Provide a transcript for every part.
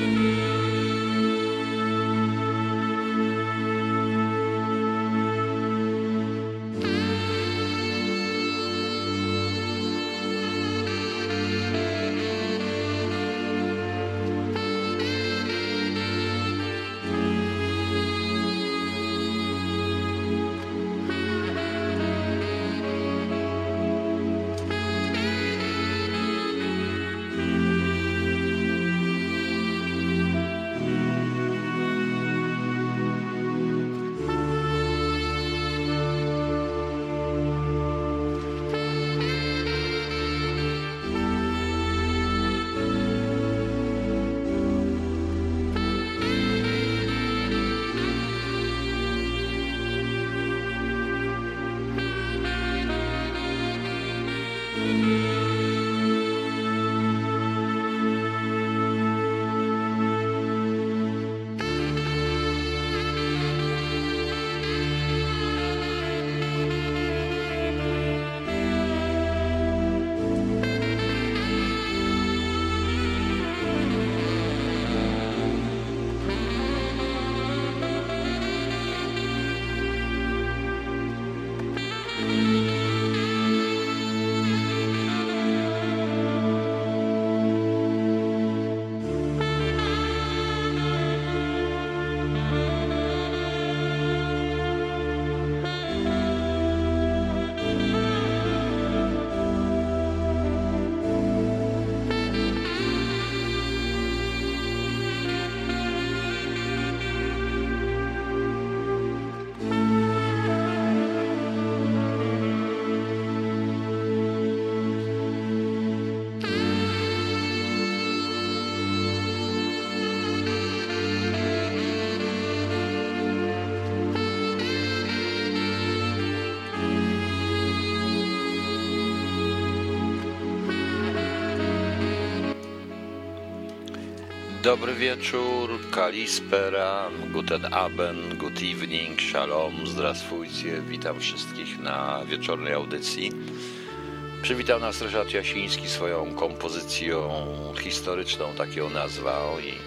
Dobry wieczór, kalispera, guten Abend, good evening, shalom, zdrastwujcie, witam wszystkich na wieczornej audycji. Przywitał nas Ryszard Jasiński swoją kompozycją historyczną, tak ją nazwał, i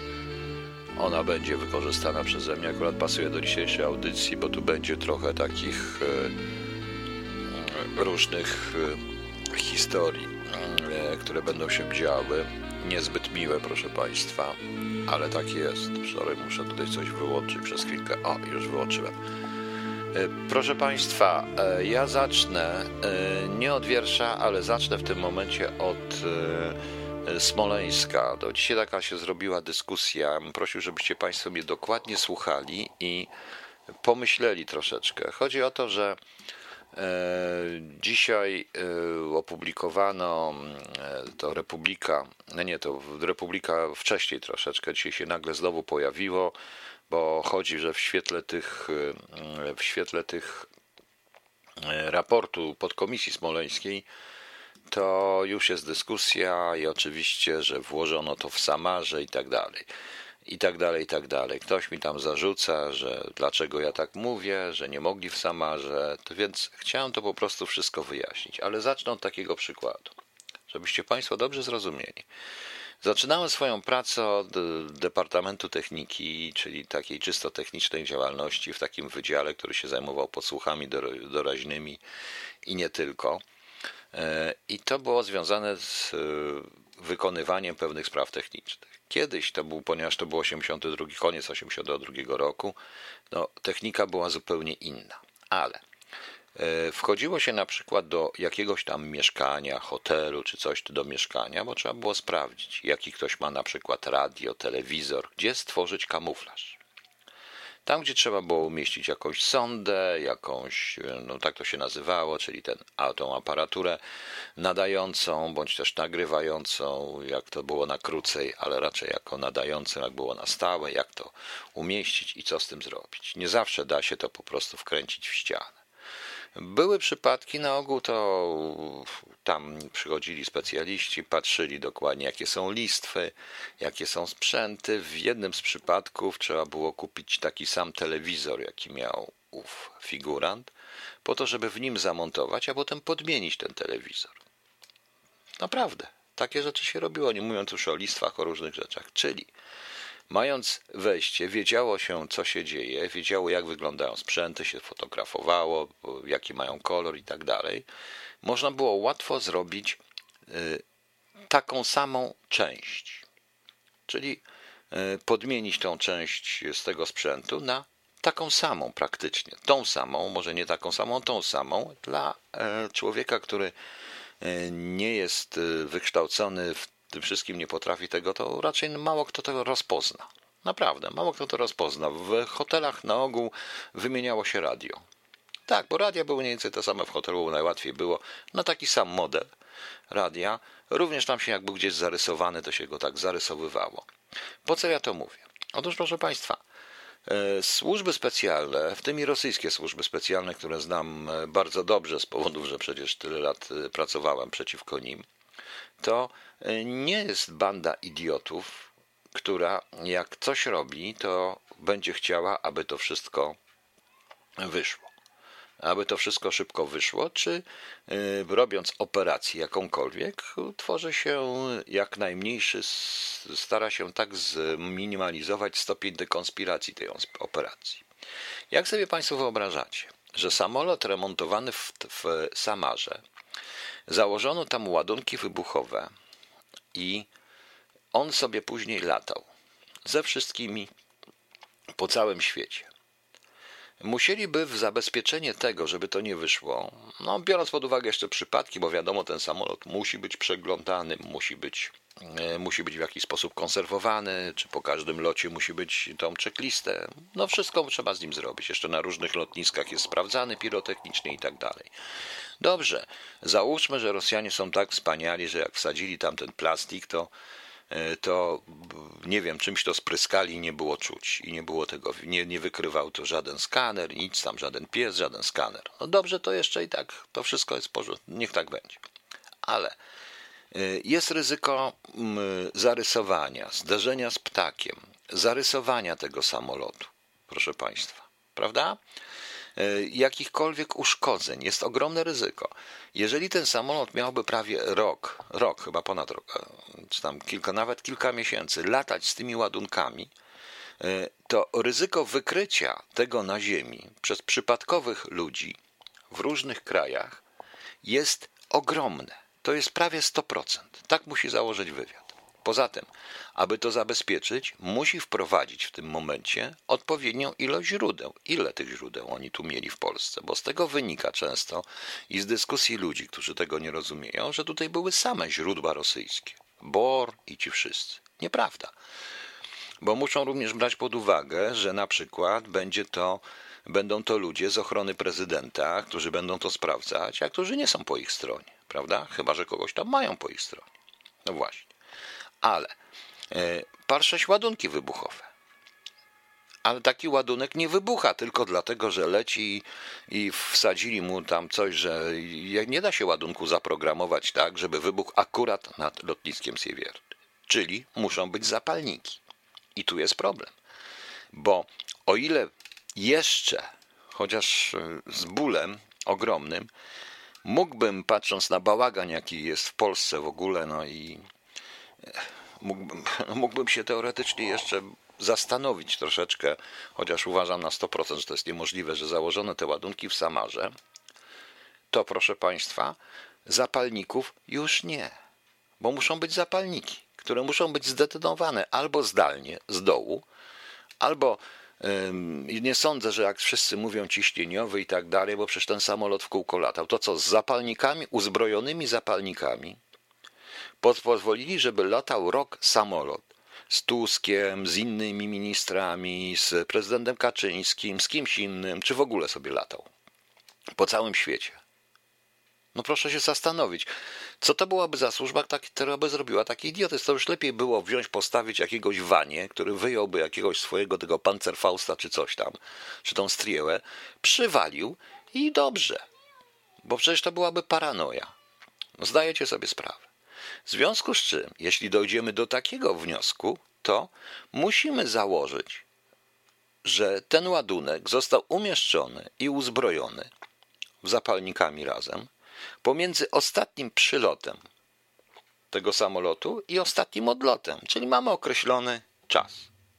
ona będzie wykorzystana przeze mnie, akurat pasuje do dzisiejszej audycji, bo tu będzie trochę takich różnych historii, które będą się działy. Niezbyt miłe, proszę Państwa, ale tak jest. Sorry, muszę tutaj coś wyłączyć przez chwilkę. O, już wyłączyłem. Proszę Państwa, ja zacznę nie od wiersza, ale zacznę w tym momencie od Smoleńska. Dzisiaj taka się zrobiła dyskusja. Prosił, żebyście Państwo mnie dokładnie słuchali i pomyśleli troszeczkę. Chodzi o to, że dzisiaj opublikowano to Republika, to Republika wcześniej troszeczkę, dzisiaj się nagle znowu pojawiło, bo chodzi, że w świetle tych raportu podkomisji smoleńskiej to już jest dyskusja i oczywiście, że włożono to w Samarze i tak dalej. I tak dalej, i tak dalej. Ktoś mi tam zarzuca, że dlaczego ja tak mówię, że nie mogli w Samarze, to więc chciałem to po prostu wszystko wyjaśnić, ale zacznę od takiego przykładu, żebyście Państwo dobrze zrozumieli. Zaczynałem swoją pracę od Departamentu Techniki, czyli takiej czysto technicznej działalności w takim wydziale, który się zajmował podsłuchami doraźnymi i nie tylko. I to było związane z wykonywaniem pewnych spraw technicznych. Kiedyś to był, ponieważ to był koniec 82 roku, technika była zupełnie inna, ale wchodziło się na przykład do jakiegoś tam mieszkania, hotelu czy coś do mieszkania, bo trzeba było sprawdzić, jaki ktoś ma na przykład radio, telewizor, gdzie stworzyć kamuflaż. Tam, gdzie trzeba było umieścić jakąś sondę, jakąś, tak to się nazywało, czyli tą aparaturę nadającą, bądź też nagrywającą, jak to było na krócej, ale raczej jako nadającą, jak było na stałe, jak to umieścić i co z tym zrobić. Nie zawsze da się to po prostu wkręcić w ścianę. Były przypadki, na ogół to tam przychodzili specjaliści, patrzyli dokładnie, jakie są listwy, jakie są sprzęty. W jednym z przypadków trzeba było kupić taki sam telewizor, jaki miał ów figurant, po to, żeby w nim zamontować, a potem podmienić ten telewizor. Naprawdę, takie rzeczy się robiło, nie mówiąc już o listwach, o różnych rzeczach. Czyli Mając wejście, wiedziało się, co się dzieje, wiedziało, jak wyglądają sprzęty, się fotografowało, jaki mają kolor i tak dalej. Można było łatwo zrobić taką samą część, czyli podmienić tą część z tego sprzętu na taką samą praktycznie, tą samą, może nie taką samą, tą samą dla człowieka, który nie jest wykształcony w tym wszystkim, nie potrafi tego, to raczej mało kto tego rozpozna. Naprawdę, mało kto to rozpozna. W hotelach na ogół wymieniało się radio. Tak, bo radia były mniej więcej te same w hotelu, najłatwiej było. No taki sam model radia. Również tam się jak był gdzieś zarysowany, to się go tak zarysowywało. Po co ja to mówię? Otóż, proszę Państwa, służby specjalne, w tym i rosyjskie służby specjalne, które znam bardzo dobrze z powodów, że przecież tyle lat pracowałem przeciwko nim, to nie jest banda idiotów, która jak coś robi, to będzie chciała, aby to wszystko wyszło. Aby to wszystko szybko wyszło, czy robiąc operację jakąkolwiek, tworzy się jak najmniejszy, stara się tak zminimalizować stopień dekonspiracji tej operacji. Jak sobie Państwo wyobrażacie, że samolot remontowany w Samarze, założono tam ładunki wybuchowe i on sobie później latał ze wszystkimi po całym świecie. Musieliby w zabezpieczenie tego, żeby to nie wyszło, no biorąc pod uwagę jeszcze przypadki, bo wiadomo, ten samolot musi być przeglądany, musi być w jakiś sposób konserwowany, czy po każdym locie musi być tą checklistę. No wszystko trzeba z nim zrobić. Jeszcze na różnych lotniskach jest sprawdzany pirotechnicznie i tak dalej. Dobrze, załóżmy, że Rosjanie są tak wspaniali, że jak wsadzili tam ten plastik, to nie wiem, czymś to spryskali i nie było czuć. I nie było tego, nie wykrywał to żaden skaner, nic tam, żaden pies, żaden skaner. No dobrze, to jeszcze i tak, to wszystko jest w porządku, niech tak będzie. Ale jest ryzyko zarysowania, zderzenia z ptakiem, zarysowania tego samolotu, proszę Państwa, prawda? Jakichkolwiek uszkodzeń, jest ogromne ryzyko. Jeżeli ten samolot miałby prawie rok, chyba ponad rok, czy tam nawet kilka miesięcy latać z tymi ładunkami, to ryzyko wykrycia tego na ziemi przez przypadkowych ludzi w różnych krajach jest ogromne. To jest prawie 100%. Tak musi założyć wywiad. Poza tym, aby to zabezpieczyć, musi wprowadzić w tym momencie odpowiednią ilość źródeł. Ile tych źródeł oni tu mieli w Polsce? Bo z tego wynika często i z dyskusji ludzi, którzy tego nie rozumieją, że tutaj były same źródła rosyjskie. BOR i ci wszyscy. Nieprawda. Bo muszą również brać pod uwagę, że na przykład będą to ludzie z ochrony prezydenta, którzy będą to sprawdzać, a którzy nie są po ich stronie. Prawda? Chyba że kogoś tam mają po ich stronie. No właśnie. Ale par-6 ładunki wybuchowe. Ale taki ładunek nie wybucha tylko dlatego, że leci i wsadzili mu tam coś, że nie da się ładunku zaprogramować tak, żeby wybuchł akurat nad lotniskiem Siewierny. Czyli muszą być zapalniki. I tu jest problem. Bo o ile jeszcze, chociaż z bólem ogromnym, mógłbym, patrząc na bałagan, jaki jest w Polsce w ogóle, no i mógłbym się teoretycznie jeszcze zastanowić troszeczkę, chociaż uważam na 100%, że to jest niemożliwe, że założono te ładunki w Samarze, to proszę Państwa, zapalników już nie. Bo muszą być zapalniki, które muszą być zdetonowane albo zdalnie, z dołu, albo nie sądzę, że jak wszyscy mówią ciśnieniowy i tak dalej, bo przecież ten samolot w kółko latał. To co, z zapalnikami, uzbrojonymi zapalnikami pozwolili, żeby latał rok samolot z Tuskiem, z innymi ministrami, z prezydentem Kaczyńskim, z kimś innym, czy w ogóle sobie latał po całym świecie. No proszę się zastanowić, co to byłaby za służba, która by zrobiła taki idiotyzm. To już lepiej było wziąć, postawić jakiegoś Wanie, który wyjąłby jakiegoś swojego tego Panzerfausta czy coś tam, czy tą Striełę, przywalił i dobrze. Bo przecież to byłaby paranoja. No zdajecie sobie sprawę. W związku z czym, jeśli dojdziemy do takiego wniosku, to musimy założyć, że ten ładunek został umieszczony i uzbrojony zapalnikami razem pomiędzy ostatnim przylotem tego samolotu i ostatnim odlotem, czyli mamy określony czas.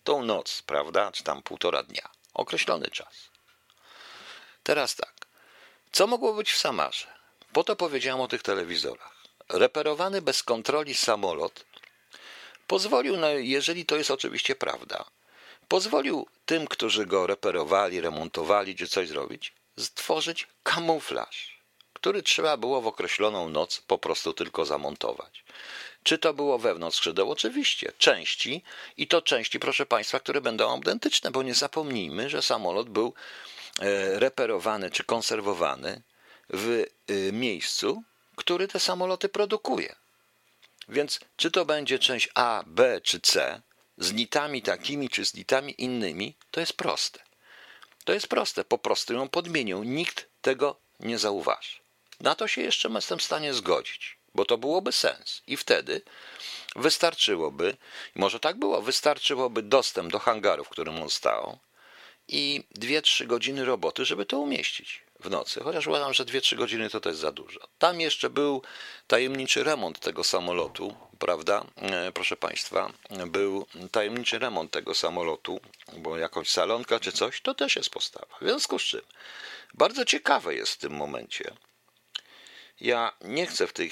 tą noc, prawda, czy tam 1,5 dnia, określony czas. Teraz tak, co mogło być w Samarze? Po to powiedziałem o tych telewizorach. Reperowany bez kontroli samolot pozwolił, jeżeli to jest oczywiście prawda, pozwolił tym, którzy go reperowali, remontowali czy coś zrobić, stworzyć kamuflaż, który trzeba było w określoną noc po prostu tylko zamontować. Czy to było wewnątrz skrzydeł? Oczywiście. Części i to części, proszę Państwa, które będą autentyczne, bo nie zapomnijmy, że samolot był reperowany czy konserwowany w miejscu, który te samoloty produkuje. Więc czy to będzie część A, B czy C, z nitami takimi czy z nitami innymi, to jest proste. To jest proste, po prostu ją podmienią, nikt tego nie zauważy. Na to się jeszcze jestem w stanie zgodzić, bo to byłoby sens. I wtedy wystarczyłoby, może tak było, wystarczyłoby dostęp do hangaru, w którym on stał i 2-3 godziny roboty, żeby to umieścić w nocy. Chociaż uważam, że 2-3 godziny to też za dużo. Tam jeszcze był tajemniczy remont tego samolotu, prawda? Proszę Państwa, był tajemniczy remont tego samolotu, bo jakąś salonka czy coś, to też jest postawa. W związku z czym bardzo ciekawe jest w tym momencie. Ja nie chcę w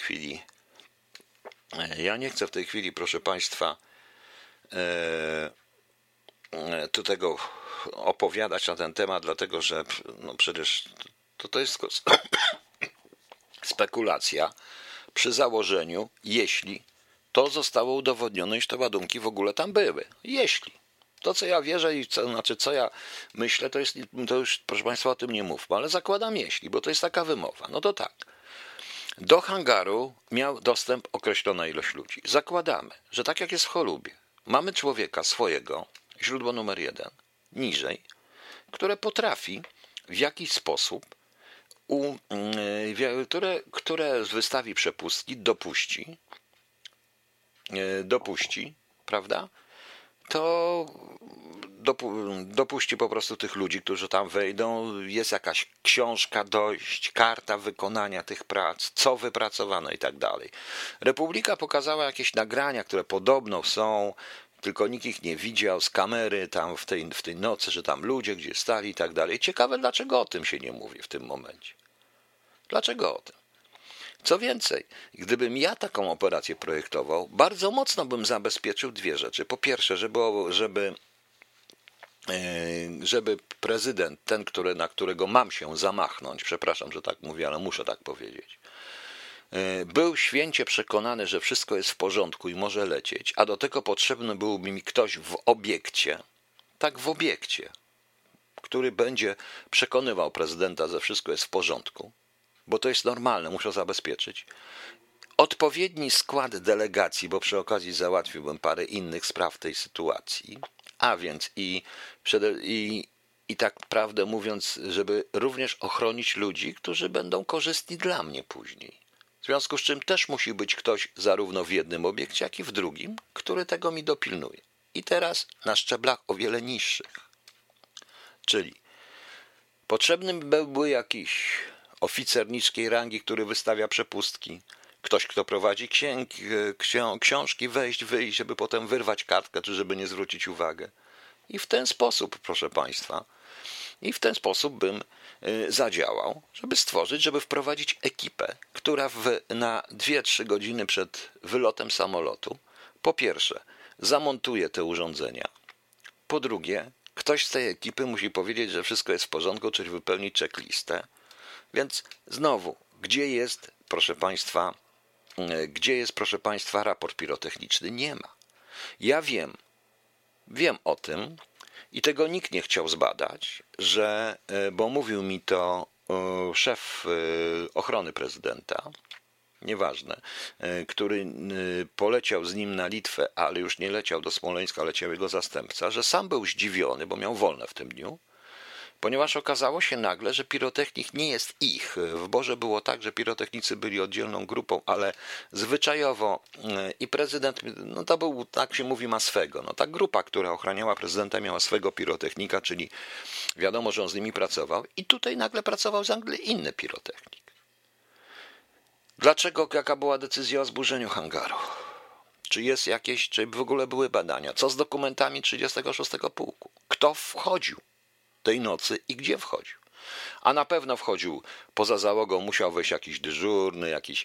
tej chwili, proszę Państwa, tu tego opowiadać na ten temat, dlatego że no przecież to jest spekulacja przy założeniu, jeśli to zostało udowodnione, iż te ładunki w ogóle tam były. Jeśli. To, co ja wierzę i co ja myślę, to już, proszę Państwa, o tym nie mówmy, ale zakładam jeśli, bo to jest taka wymowa. No to tak. Do hangaru miał dostęp określona ilość ludzi. Zakładamy, że tak jak jest w Cholubie, mamy człowieka swojego, źródło numer 1, niżej, które potrafi w jakiś sposób, które wystawi przepustki, dopuści, prawda? To dopuści po prostu tych ludzi, którzy tam wejdą, jest jakaś książka dość, karta wykonania tych prac, co wypracowano i tak dalej. Republika pokazała jakieś nagrania, które podobno są, tylko nikt ich nie widział z kamery tam w tej nocy, że tam ludzie gdzieś stali i tak dalej. Ciekawe, dlaczego o tym się nie mówi w tym momencie. Dlaczego o tym? Co więcej, gdybym ja taką operację projektował, bardzo mocno bym zabezpieczył 2 rzeczy. Po pierwsze, żeby prezydent, ten, na którego mam się zamachnąć, przepraszam, że tak mówię, ale muszę tak powiedzieć, był święcie przekonany, że wszystko jest w porządku i może lecieć, a do tego potrzebny byłby mi ktoś w obiekcie, który będzie przekonywał prezydenta, że wszystko jest w porządku, bo to jest normalne, muszę zabezpieczyć. Odpowiedni skład delegacji, bo przy okazji załatwiłbym parę innych spraw w tej sytuacji, a więc i tak prawdę mówiąc, żeby również ochronić ludzi, którzy będą korzystni dla mnie później. W związku z czym też musi być ktoś zarówno w jednym obiekcie, jak i w drugim, który tego mi dopilnuje. I teraz na szczeblach o wiele niższych. Czyli potrzebny byłby jakiś oficer niskiej rangi, który wystawia przepustki, ktoś, kto prowadzi książki, wejść, wyjść, żeby potem wyrwać kartkę, czy żeby nie zwrócić uwagę. I w ten sposób, proszę Państwa, bym zadziałał, żeby wprowadzić ekipę, która na 2-3 godziny przed wylotem samolotu, po pierwsze, zamontuje te urządzenia, po drugie, ktoś z tej ekipy musi powiedzieć, że wszystko jest w porządku, czyli wypełnić checklistę. Więc znowu, gdzie jest, proszę Państwa, raport pirotechniczny? Nie ma. Ja wiem o tym i tego nikt nie chciał zbadać, bo mówił mi to szef ochrony prezydenta, nieważne, który poleciał z nim na Litwę, ale już nie leciał do Smoleńska, leciał jego zastępca, że sam był zdziwiony, bo miał wolne w tym dniu, ponieważ okazało się nagle, że pirotechnik nie jest ich. W Borze było tak, że pirotechnicy byli oddzielną grupą, ale zwyczajowo i prezydent, no to był, tak się mówi, ma swego. No ta grupa, która ochraniała prezydenta, miała swego pirotechnika, czyli wiadomo, że on z nimi pracował i tutaj nagle pracował z Anglii inny pirotechnik. Dlaczego, jaka była decyzja o zburzeniu hangaru? Czy jest jakieś, czy w ogóle były badania? Co z dokumentami 36 Pułku? Kto wchodził tej nocy i gdzie wchodził? A na pewno wchodził poza załogą, musiał wejść jakiś dyżurny, jakiś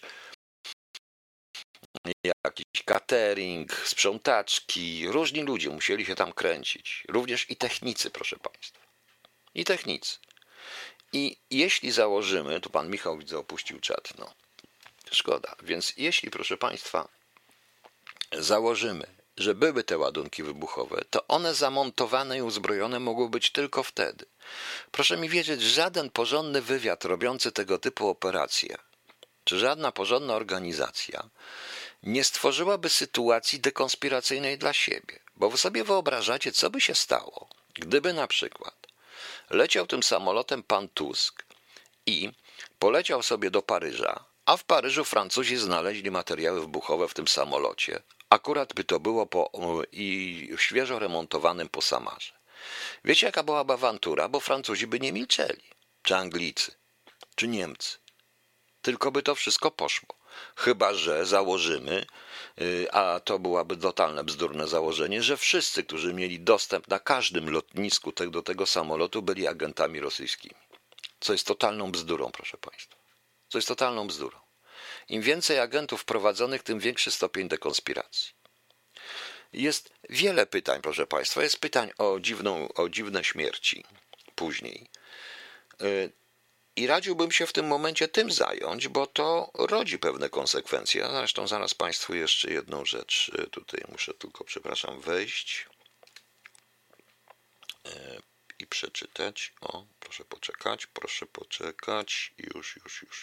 catering, sprzątaczki, różni ludzie musieli się tam kręcić. Również i technicy, proszę Państwa. I technicy. I jeśli założymy, tu pan Michał widzę opuścił czat, no szkoda, więc jeśli, proszę Państwa, założymy, że były te ładunki wybuchowe, to one zamontowane i uzbrojone mogły być tylko wtedy. Proszę mi wierzyć, żaden porządny wywiad robiący tego typu operacje, czy żadna porządna organizacja nie stworzyłaby sytuacji dekonspiracyjnej dla siebie. Bo wy sobie wyobrażacie, co by się stało, gdyby na przykład leciał tym samolotem pan Tusk i poleciał sobie do Paryża, a w Paryżu Francuzi znaleźli materiały wybuchowe w tym samolocie. Akurat by to było po świeżo remontowanym po Samarze. Wiecie, jaka byłaby awantura? Bo Francuzi by nie milczeli, czy Anglicy, czy Niemcy. Tylko by to wszystko poszło. Chyba że założymy, a to byłaby totalne bzdurne założenie, że wszyscy, którzy mieli dostęp na każdym lotnisku do tego samolotu, byli agentami rosyjskimi. Co jest totalną bzdurą, proszę Państwa. Co jest totalną bzdurą. Im więcej agentów wprowadzonych, tym większy stopień dekonspiracji. Jest wiele pytań, proszę Państwa. Jest pytań o dziwne śmierci później. I radziłbym się w tym momencie tym zająć, bo to rodzi pewne konsekwencje. Zresztą zaraz Państwu jeszcze jedną rzecz. Tutaj muszę tylko, przepraszam, wejść i przeczytać. O, proszę poczekać. Już.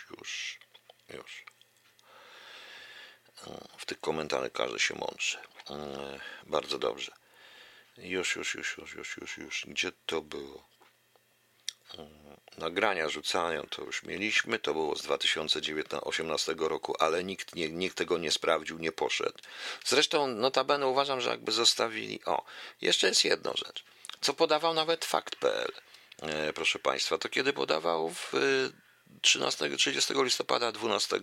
W tych komentarzach każdy się mądrzy. Bardzo dobrze. Już. Gdzie to było? Nagrania rzucają, to już mieliśmy, to było z 2018 roku, ale nikt tego nie sprawdził, nie poszedł. Zresztą notabene uważam, że jakby zostawili... O, jeszcze jest jedna rzecz, co podawał nawet fakt.pl, proszę Państwa, to kiedy podawał w 30 listopada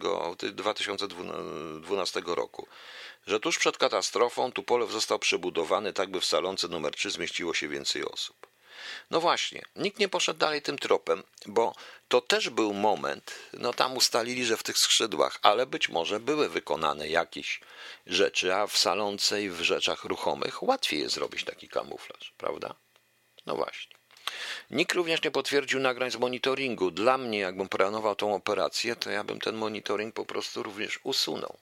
2012 roku, że tuż przed katastrofą Tupolew został przebudowany tak, by w salonce numer 3 zmieściło się więcej osób. No właśnie, nikt nie poszedł dalej tym tropem, bo to też był moment, no tam ustalili, że w tych skrzydłach, ale być może były wykonane jakieś rzeczy, a w salonce i w rzeczach ruchomych łatwiej jest zrobić taki kamuflaż, prawda? No właśnie. Nikt również nie potwierdził nagrań z monitoringu. Dla mnie, jakbym planował tą operację, to ja bym ten monitoring po prostu również usunął.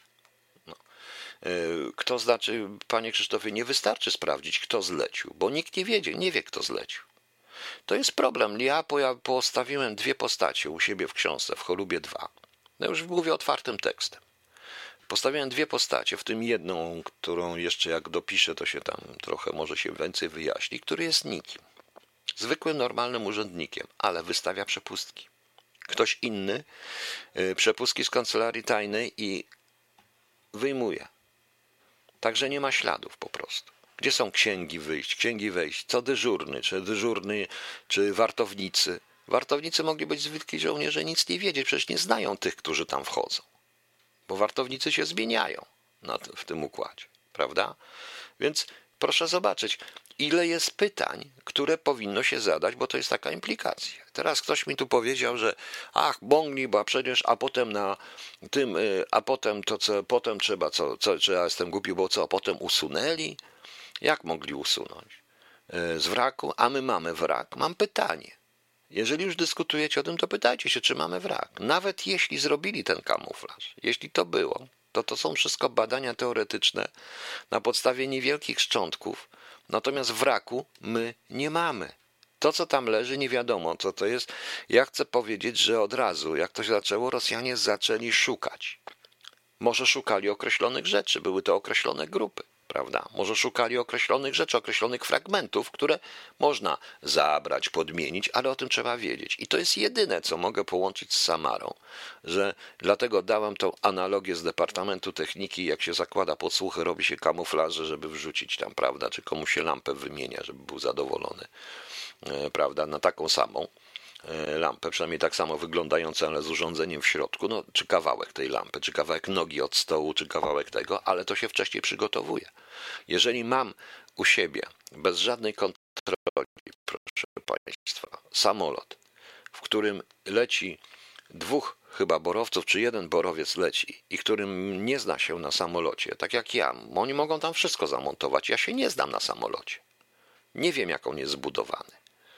Kto znaczy, panie Krzysztofie, nie wystarczy sprawdzić, kto zlecił, bo nikt nie wie, kto zlecił. To jest problem. Ja postawiłem dwie postacie u siebie w książce, w Cholubie 2. No już mówię otwartym tekstem. Postawiłem dwie postacie, w tym jedną, którą jeszcze jak dopiszę, to się tam trochę może się więcej wyjaśni, który jest nikim. Zwykłym, normalnym urzędnikiem, ale wystawia przepustki. Ktoś inny przepustki z kancelarii tajnej i wyjmuje. Także nie ma śladów po prostu. Gdzie są księgi wejść, co dyżurny, czy wartownicy. Wartownicy mogli być zwykli żołnierze, nic nie wiedzieć, przecież nie znają tych, którzy tam wchodzą. Bo wartownicy się zmieniają w tym układzie, prawda? Więc proszę zobaczyć, ile jest pytań, które powinno się zadać, bo to jest taka implikacja. Teraz ktoś mi tu powiedział, że mogli, bo przecież, a potem na tym, a potem to, co potem trzeba, czy ja jestem głupi, bo co, potem usunęli? Jak mogli usunąć? Z wraku? A my mamy wrak? Mam pytanie. Jeżeli już dyskutujecie o tym, to pytajcie się, czy mamy wrak. Nawet jeśli zrobili ten kamuflaż, jeśli to było, to są wszystko badania teoretyczne na podstawie niewielkich szczątków, natomiast wraku my nie mamy. To, co tam leży, nie wiadomo, co to jest. Ja chcę powiedzieć, że od razu, jak to się zaczęło, Rosjanie zaczęli szukać. Może szukali określonych rzeczy, były to określone grupy, prawda? Może szukali określonych rzeczy, określonych fragmentów, które można zabrać, podmienić, ale o tym trzeba wiedzieć. I to jest jedyne, co mogę połączyć z Samarą, że dlatego dałem tą analogię z Departamentu Techniki, jak się zakłada podsłuchy, robi się kamuflaże, żeby wrzucić tam, prawda, czy komuś się lampę wymienia, żeby był zadowolony, prawda, na taką samą. lampę, przynajmniej tak samo wyglądającą, ale z urządzeniem w środku, no, czy kawałek tej lampy, czy kawałek nogi od stołu, czy kawałek tego, ale to się wcześniej przygotowuje. Jeżeli mam u siebie, bez żadnej kontroli, proszę Państwa, samolot, w którym leci dwóch chyba borowców, czy jeden borowiec leci i którym nie zna się na samolocie, tak jak ja, oni mogą tam wszystko zamontować, ja się nie znam na samolocie. Nie wiem, jak on jest zbudowany.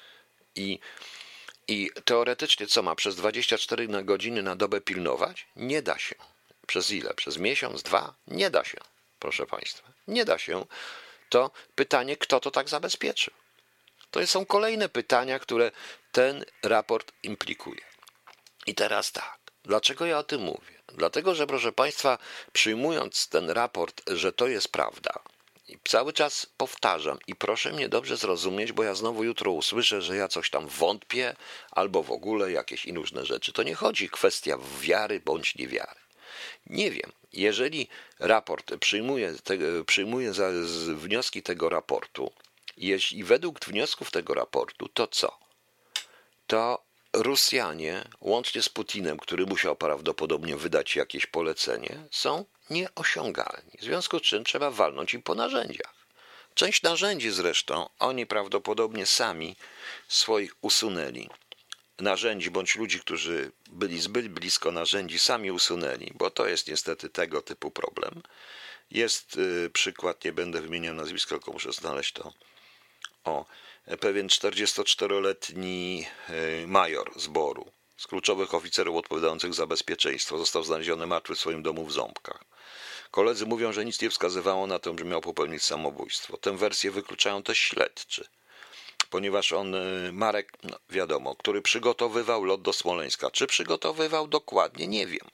I teoretycznie co ma przez 24 godziny na dobę pilnować? Nie da się. Przez ile? Przez miesiąc, dwa? Nie da się, proszę Państwa. Nie da się. To pytanie, kto to tak zabezpieczył? To są kolejne pytania, które ten raport implikuje. I teraz tak, dlaczego ja o tym mówię? Dlatego, że proszę Państwa, przyjmując ten raport, że to jest prawda, i cały czas powtarzam i proszę mnie dobrze zrozumieć, bo ja znowu jutro usłyszę, że ja coś tam wątpię albo w ogóle jakieś różne rzeczy. To nie chodzi kwestia wiary bądź niewiary. Nie wiem, jeżeli raport przyjmuje wnioski tego raportu, jeśli według wniosków tego raportu, to co? To Rosjanie, łącznie z Putinem, który musiał prawdopodobnie wydać jakieś polecenie, są nieosiągalni. W związku z czym trzeba walnąć im po narzędziach. Część narzędzi zresztą oni prawdopodobnie sami swoich usunęli. Narzędzi bądź ludzi, którzy byli zbyt blisko narzędzi, sami usunęli, bo to jest niestety tego typu problem. Jest przykład, nie będę wymieniał nazwiska, tylko muszę znaleźć to. Pewien 44-letni major zboru z kluczowych oficerów odpowiadających za bezpieczeństwo został znaleziony martwy w swoim domu w Ząbkach. Koledzy mówią, że nic nie wskazywało na to, że miał popełnić samobójstwo. Tę wersję wykluczają też śledczy, ponieważ on, Marek, no wiadomo, który przygotowywał lot do Smoleńska. Czy przygotowywał dokładnie? Nie wiem.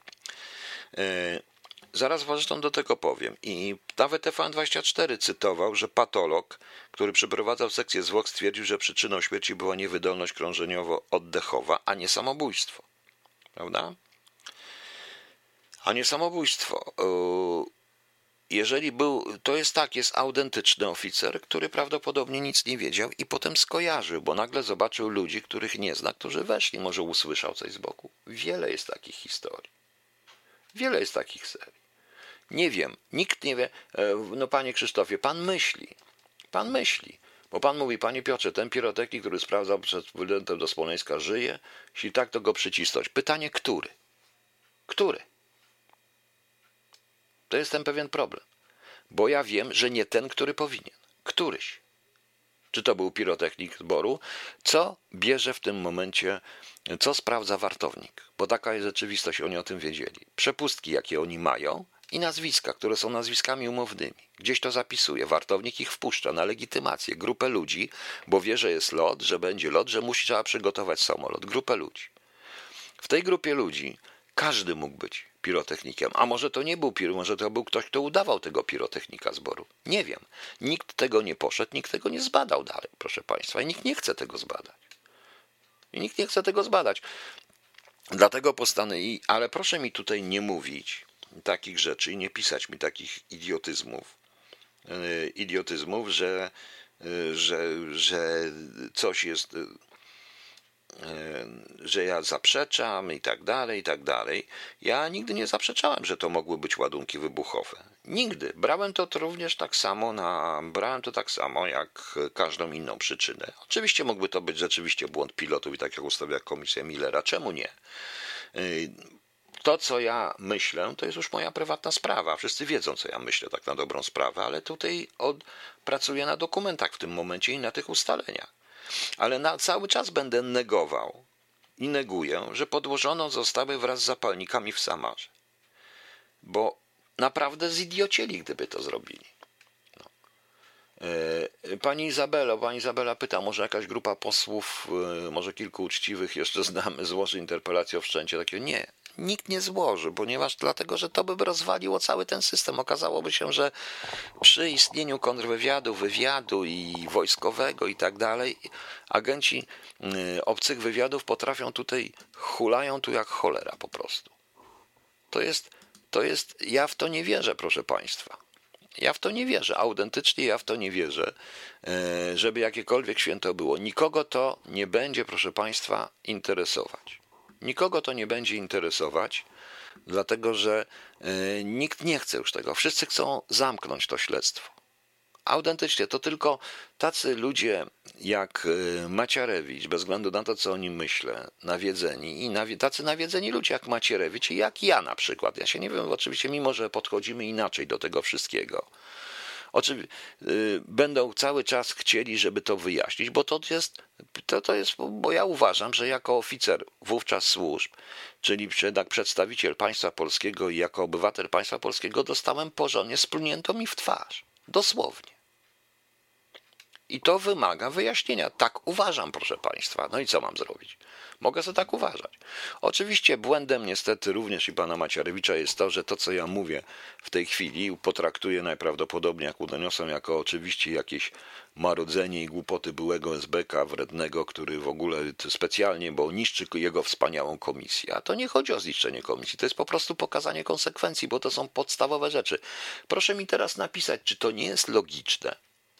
Zaraz zresztą do tego powiem. I nawet TVN24 cytował, że patolog, który przeprowadzał sekcję zwłok, stwierdził, że przyczyną śmierci była niewydolność krążeniowo-oddechowa, a nie samobójstwo. Prawda? A nie samobójstwo. Jeżeli był, to jest tak, jest autentyczny oficer, który prawdopodobnie nic nie wiedział i potem skojarzył, bo nagle zobaczył ludzi, których nie zna, którzy weszli, może usłyszał coś z boku. Wiele jest takich historii. Wiele jest takich serii. Nie wiem, nikt nie wie. No panie Krzysztofie, pan myśli, bo pan mówi, panie Piotrze, ten pirotechnik, który sprawdzał przed wylotem do Smoleńska, żyje? Jeśli tak, to go przycisnąć. Pytanie, który? Który? To jest ten pewien problem, bo ja wiem, że nie ten, który powinien. Któryś. Czy to był pirotechnik zboru? Co bierze w tym momencie, co sprawdza wartownik? Bo taka jest rzeczywistość, oni o tym wiedzieli. Przepustki, jakie oni mają i nazwiska, które są nazwiskami umownymi. Gdzieś to zapisuje. Wartownik ich wpuszcza na legitymację. Grupę ludzi, bo wie, że jest lot, że będzie lot, że trzeba przygotować samolot. Grupę ludzi. W tej grupie ludzi każdy mógł być pirotechnikiem. A może to nie był może to był ktoś, kto udawał tego pirotechnika zboru. Nie wiem. Nikt tego nie poszedł, nikt tego nie zbadał dalej, proszę Państwa. I nikt nie chce tego zbadać. Dlatego ale proszę mi tutaj nie mówić takich rzeczy i nie pisać mi takich idiotyzmów, że coś jest, że ja zaprzeczam i tak dalej. Ja nigdy nie zaprzeczałem, że to mogły być ładunki wybuchowe. Nigdy. Brałem to tak samo jak każdą inną przyczynę. Oczywiście mógłby to być rzeczywiście błąd pilotów i tak jak ustawia komisja Millera. Czemu nie? To, co ja myślę, to jest już moja prywatna sprawa. Wszyscy wiedzą, co ja myślę, tak na dobrą sprawę, ale tutaj pracuję na dokumentach w tym momencie i na tych ustaleniach. Ale cały czas będę negował i neguję, że podłożono zostały wraz z zapalnikami w Samarze. Bo naprawdę zidiocieli, gdyby to zrobili. No. Pani Izabela pyta, może jakaś grupa posłów, może kilku uczciwych jeszcze znamy, złoży interpelację o wszczęcie takiego? Nie. Nikt nie złoży, dlatego, że to by rozwaliło cały ten system. Okazałoby się, że przy istnieniu kontrwywiadu, wywiadu i wojskowego i tak dalej, agenci obcych wywiadów hulają tu jak cholera po prostu. Ja w to nie wierzę, proszę Państwa. Ja w to nie wierzę, autentycznie ja w to nie wierzę, żeby jakiekolwiek święto było. Nikogo to nie będzie, proszę Państwa, interesować. Nikogo to nie będzie interesować, dlatego że nikt nie chce już tego. Wszyscy chcą zamknąć to śledztwo. Autentycznie to tylko tacy ludzie jak Macierewicz, bez względu na to, co o nim myślę, nawiedzeni i tacy nawiedzeni ludzie jak Macierewicz i jak ja na przykład. Ja się nie wiem, oczywiście, mimo że podchodzimy inaczej do tego wszystkiego. Będą cały czas chcieli, żeby to wyjaśnić, bo bo ja uważam, że jako oficer wówczas służb, czyli jednak przedstawiciel państwa polskiego i jako obywatel państwa polskiego dostałem porządnie splunięto mi w twarz. Dosłownie. I to wymaga wyjaśnienia. Tak uważam, proszę Państwa. No i co mam zrobić? Mogę sobie tak uważać. Oczywiście błędem niestety również i pana Macierewicza jest to, że to, co ja mówię w tej chwili, potraktuję najprawdopodobniej, jak udoniosą, jako oczywiście jakieś marudzenie i głupoty byłego SBK wrednego, który w ogóle specjalnie, bo niszczy jego wspaniałą komisję. A to nie chodzi o zniszczenie komisji, to jest po prostu pokazanie konsekwencji, bo to są podstawowe rzeczy. Proszę mi teraz napisać, czy to nie jest logiczne.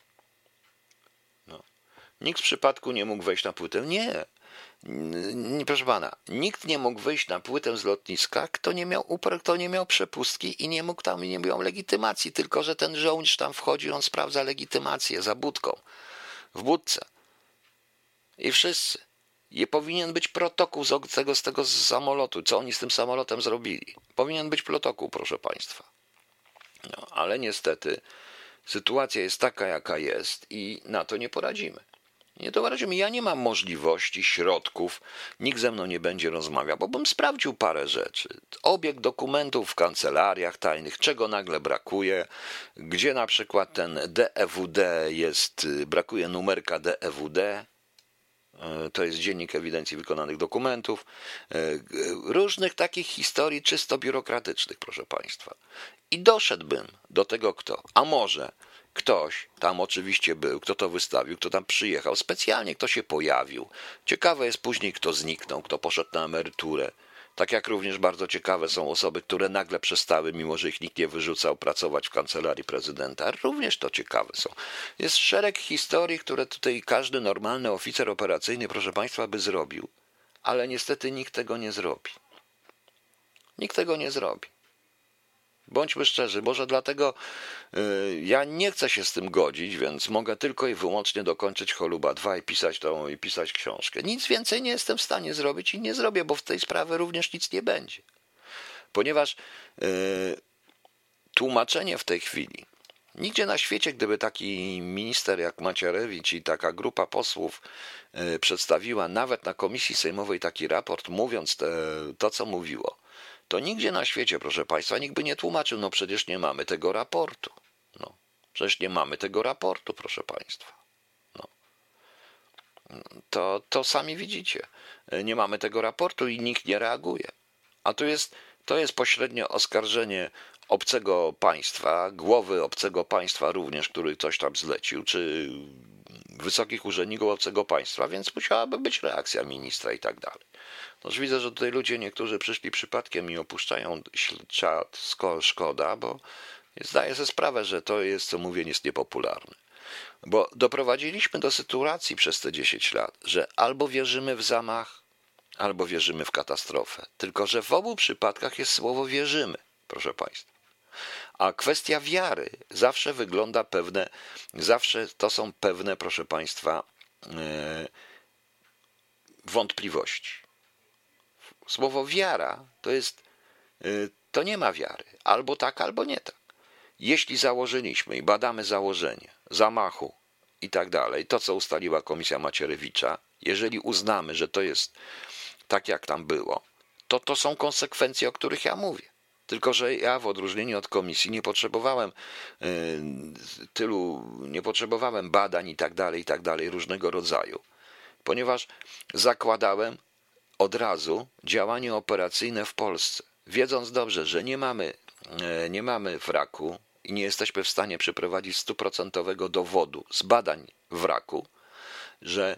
Nikt w przypadku nie mógł wejść na płytę. Nie, proszę pana, nikt nie mógł wyjść na płytę z lotniska, kto nie miał przepustki i nie miał legitymacji, tylko że ten żołnierz tam wchodzi, on sprawdza legitymację za budką, w budce. I wszyscy. I powinien być protokół z tego samolotu, co oni z tym samolotem zrobili. Powinien być protokół, proszę państwa. No, ale niestety sytuacja jest taka, jaka jest i na to nie poradzimy. Nie poradzimy. Ja nie mam możliwości, środków, nikt ze mną nie będzie rozmawiał, bo bym sprawdził parę rzeczy. Obieg dokumentów w kancelariach tajnych, czego nagle brakuje, gdzie na przykład ten DEWD jest, brakuje numerka DEWD, to jest Dziennik Ewidencji Wykonanych Dokumentów, różnych takich historii czysto biurokratycznych, proszę Państwa. I doszedłbym do tego kto, a może ktoś tam oczywiście był, kto to wystawił, kto tam przyjechał, specjalnie kto się pojawił. Ciekawe jest później, kto zniknął, kto poszedł na emeryturę. Tak jak również bardzo ciekawe są osoby, które nagle przestały, mimo że ich nikt nie wyrzucał, pracować w kancelarii prezydenta. Również to ciekawe są. Jest szereg historii, które tutaj każdy normalny oficer operacyjny, proszę Państwa, by zrobił. Ale niestety nikt tego nie zrobi. Nikt tego nie zrobi. Bądźmy szczerzy, może dlatego ja nie chcę się z tym godzić, więc mogę tylko i wyłącznie dokończyć Choluba 2 i pisać książkę. Nic więcej nie jestem w stanie zrobić i nie zrobię, bo w tej sprawie również nic nie będzie. Ponieważ tłumaczenie w tej chwili, nigdzie na świecie, gdyby taki minister jak Macierewicz i taka grupa posłów przedstawiła nawet na komisji sejmowej taki raport, mówiąc to co mówiło, to nigdzie na świecie, proszę Państwa, nikt by nie tłumaczył, no przecież nie mamy tego raportu. No, przecież nie mamy tego raportu, proszę Państwa. No. To sami widzicie. Nie mamy tego raportu i nikt nie reaguje. A to jest pośrednio oskarżenie obcego państwa, głowy obcego państwa również, który coś tam zlecił, czy wysokich urzędników obcego państwa, więc musiałaby być reakcja ministra i tak dalej. Noż widzę, że tutaj ludzie niektórzy przyszli przypadkiem i opuszczają czat, szkoda, bo zdaję sobie sprawę, że to jest, co mówię, jest niepopularne. Bo doprowadziliśmy do sytuacji przez te 10 lat, że albo wierzymy w zamach, albo wierzymy w katastrofę. Tylko że w obu przypadkach jest słowo wierzymy, proszę Państwa. A kwestia wiary zawsze wygląda zawsze to są pewne, proszę Państwa, wątpliwości. Słowo wiara to nie ma wiary. Albo tak, albo nie tak. Jeśli założyliśmy i badamy założenie zamachu i tak dalej, to co ustaliła komisja Macierewicza, jeżeli uznamy, że to jest tak jak tam było, to są konsekwencje, o których ja mówię. Tylko że ja w odróżnieniu od komisji nie potrzebowałem badań i tak dalej, różnego rodzaju. Ponieważ zakładałem od razu działanie operacyjne w Polsce, wiedząc dobrze, że nie mamy wraku i nie jesteśmy w stanie przeprowadzić 100% dowodu z badań wraku, że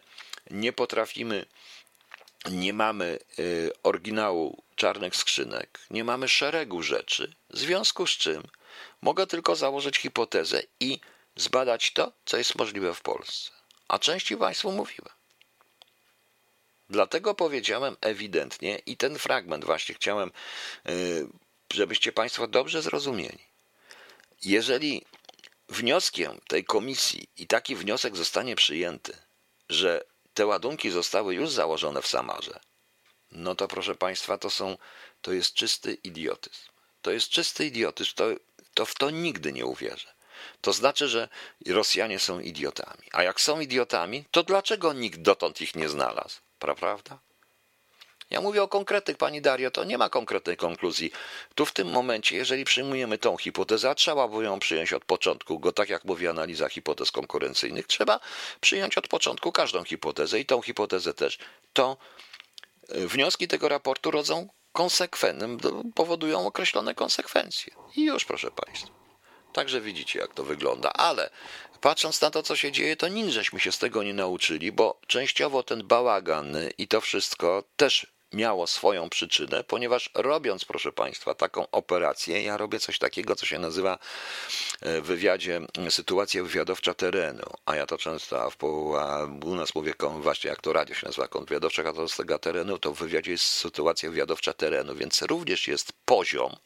nie mamy oryginału czarnych skrzynek, nie mamy szeregu rzeczy, w związku z czym Mogę tylko założyć hipotezę i zbadać to, co jest możliwe w Polsce. A częściej Państwu mówiłem. Dlatego powiedziałem ewidentnie i ten fragment właśnie chciałem, żebyście Państwo dobrze zrozumieli. Jeżeli wnioskiem tej komisji i taki wniosek zostanie przyjęty, że te ładunki zostały już założone w Samarze, no to proszę Państwa, to jest czysty idiotyzm. To jest czysty idiotyzm, to w to nigdy nie uwierzę. To znaczy, że Rosjanie są idiotami. A jak są idiotami, to dlaczego nikt dotąd ich nie znalazł? Prawda? Ja mówię o konkretnych, pani Dario, to nie ma konkretnej konkluzji. Tu w tym momencie, jeżeli przyjmujemy tą hipotezę, a trzeba by ją przyjąć od początku, bo tak jak mówi analiza hipotez konkurencyjnych, trzeba przyjąć od początku każdą hipotezę i tą hipotezę też, to wnioski tego raportu powodują określone konsekwencje. I już, proszę Państwa. Także widzicie, jak to wygląda. Ale patrząc na to, co się dzieje, to nic żeśmy się z tego nie nauczyli, bo częściowo ten bałagan i to wszystko też miało swoją przyczynę, ponieważ robiąc, proszę Państwa, taką operację, ja robię coś takiego, co się nazywa w wywiadzie sytuacja wywiadowcza terenu, a ja to często, a u nas mówię właśnie jak to radio się nazywa, wywiadowcza katowskiego terenu, to w wywiadzie jest sytuacja wywiadowcza terenu, więc również jest poziom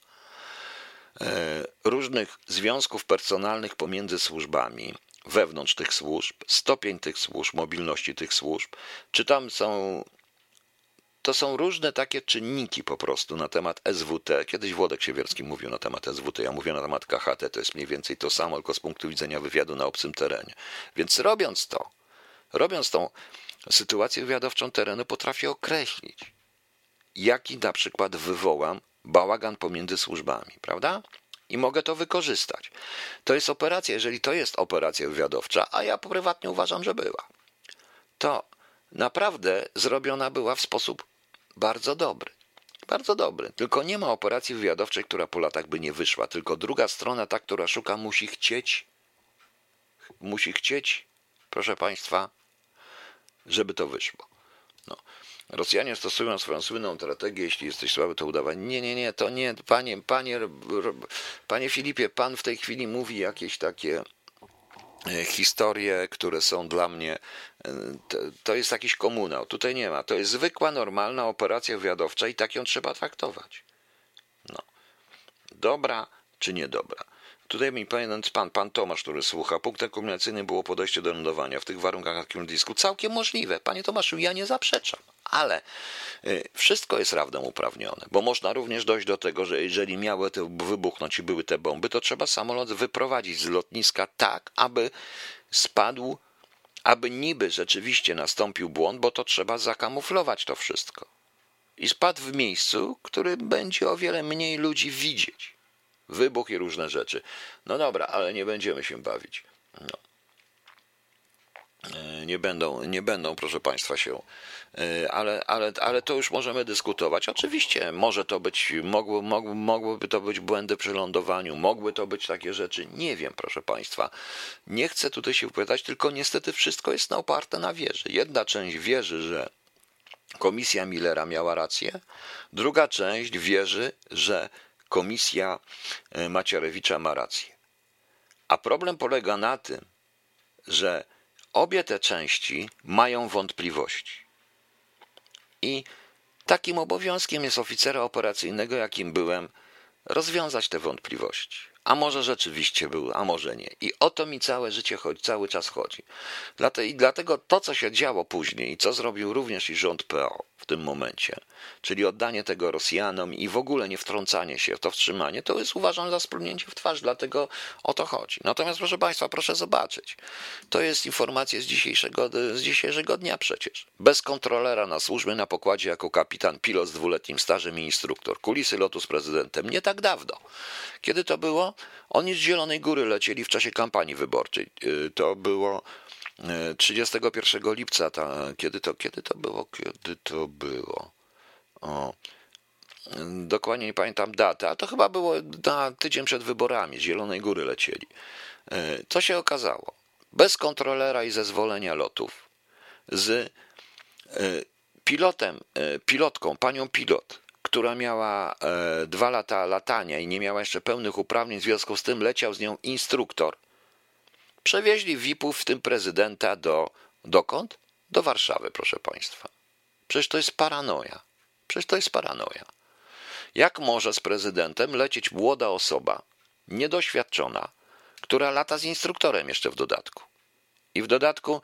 różnych związków personalnych pomiędzy służbami, wewnątrz tych służb, stopień tych służb, mobilności tych służb, czy tam to są różne takie czynniki po prostu na temat SWT. Kiedyś Włodek Siewierski mówił na temat SWT, ja mówię na temat KHT, to jest mniej więcej to samo, tylko z punktu widzenia wywiadu na obcym terenie. Więc robiąc tą sytuację wywiadowczą terenu, potrafię określić, jaki na przykład wywołam bałagan pomiędzy służbami, prawda? I mogę to wykorzystać. To jest operacja, jeżeli to jest operacja wywiadowcza, a ja prywatnie uważam, że była, to naprawdę zrobiona była w sposób bardzo dobry. Bardzo dobry. Tylko nie ma operacji wywiadowczej, która po latach by nie wyszła. Tylko druga strona, ta, która szuka, musi chcieć, proszę Państwa, żeby to wyszło. No. Rosjanie stosują swoją słynną strategię, jeśli jesteś słaby, to udawać. Nie, to nie, panie Filipie, pan w tej chwili mówi jakieś takie historie, które są dla mnie, to jest jakiś komunał. Tutaj nie ma. To jest zwykła, normalna operacja wywiadowcza i tak ją trzeba traktować. No. Dobra czy niedobra? Tutaj mi pan Tomasz, który słucha, punktem kulminacyjnym było podejście do lądowania w tych warunkach na takim lotnisku. Całkiem możliwe. Panie Tomaszu, ja nie zaprzeczam. Ale wszystko jest prawdą uprawnione, bo można również dojść do tego, że jeżeli miały to wybuchnąć i były te bomby, to trzeba samolot wyprowadzić z lotniska tak, aby spadł, aby niby rzeczywiście nastąpił błąd, bo to trzeba zakamuflować to wszystko. I spadł w miejscu, który będzie o wiele mniej ludzi widzieć. Wybuch i różne rzeczy. No dobra, ale nie będziemy się bawić. No. Nie będą, proszę Państwa, się. Ale to już możemy dyskutować. Oczywiście może to być, mogłyby to być błędy przy lądowaniu, mogły to być takie rzeczy. Nie wiem, proszę Państwa. Nie chcę tutaj się wypowiadać, tylko niestety wszystko jest oparte na wierze. Jedna część wierzy, że komisja Millera miała rację, druga część wierzy, że komisja Macierewicza ma rację. A problem polega na tym, że obie te części mają wątpliwości. I takim obowiązkiem jest oficera operacyjnego, jakim byłem, rozwiązać te wątpliwości. A może rzeczywiście był, a może nie. I o to mi całe życie chodzi, cały czas chodzi. I dlatego to, co się działo później, co zrobił również i rząd PO w tym momencie, czyli oddanie tego Rosjanom i w ogóle nie wtrącanie się w to wstrzymanie, to jest, uważam, za splunięcie w twarz, dlatego o to chodzi. Natomiast, proszę Państwa, proszę zobaczyć. To jest informacja z dzisiejszego dnia przecież. Bez kontrolera na służbie na pokładzie jako kapitan, pilot z 2-letnim stażem i instruktor. Kulisy lotu z prezydentem. Nie tak dawno. Kiedy to było? Oni z Zielonej Góry lecieli w czasie kampanii wyborczej. To było 31 lipca. Kiedy to było? Dokładnie nie pamiętam daty, a to chyba było na tydzień przed wyborami. Z Zielonej Góry lecieli. Co się okazało? Bez kontrolera i zezwolenia lotów. Z pilotką, panią pilot, która miała 2 lata latania i nie miała jeszcze pełnych uprawnień, w związku z tym leciał z nią instruktor. Przewieźli VIP-ów, w tym prezydenta, dokąd? Do Warszawy, proszę państwa. Przecież to jest paranoja. Przecież to jest paranoja. Jak może z prezydentem lecieć młoda osoba, niedoświadczona, która lata z instruktorem jeszcze w dodatku? I w dodatku,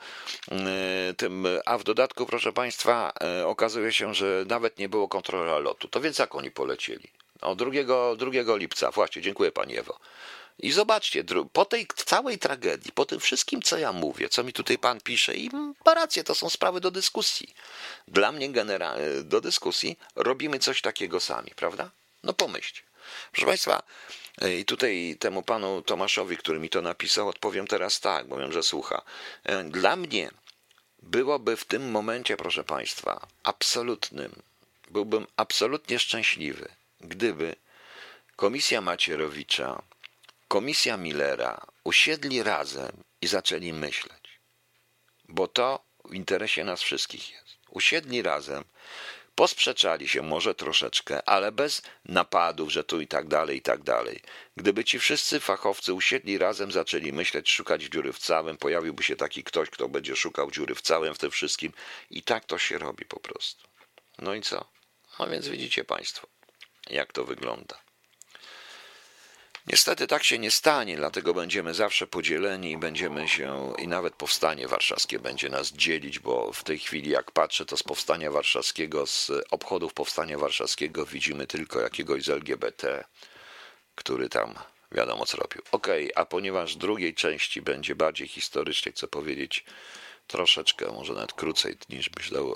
proszę państwa, okazuje się, że nawet nie było kontrola lotu. To więc jak oni polecieli? 2 lipca, właśnie, dziękuję pani Ewo. I zobaczcie, po tej całej tragedii, po tym wszystkim, co ja mówię, co mi tutaj pan pisze, i ma rację, to są sprawy do dyskusji. Dla mnie do dyskusji robimy coś takiego sami, prawda? No pomyślcie. Proszę państwa, i tutaj temu panu Tomaszowi, który mi to napisał, odpowiem teraz tak, bo wiem, że słucha. Dla mnie byłoby w tym momencie, proszę państwa, byłbym absolutnie szczęśliwy, gdyby komisja Macierewicza, komisja Millera usiedli razem i zaczęli myśleć. Bo to w interesie nas wszystkich jest. Usiedli razem, posprzeczali się może troszeczkę, ale bez napadów, że tu i tak dalej, i tak dalej. Gdyby ci wszyscy fachowcy usiedli razem, zaczęli myśleć, szukać dziury w całym, pojawiłby się taki ktoś, kto będzie szukał dziury w całym w tym wszystkim i tak to się robi po prostu. No i co? No więc widzicie państwo, jak to wygląda. Niestety tak się nie stanie, dlatego będziemy zawsze podzieleni i nawet Powstanie Warszawskie będzie nas dzielić, bo w tej chwili jak patrzę, to z Powstania Warszawskiego, z obchodów Powstania Warszawskiego widzimy tylko jakiegoś z LGBT, który tam wiadomo co robił. A ponieważ w drugiej części będzie bardziej historycznie, chcę powiedzieć troszeczkę, może nawet krócej niż myślał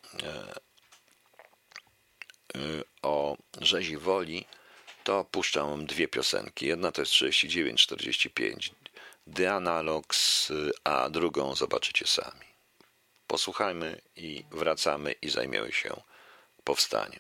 o rzezi woli, to puszczam 2 piosenki. Jedna to jest 39-45 The Analogs, a drugą zobaczycie sami. Posłuchajmy i wracamy i zajmiemy się powstaniem.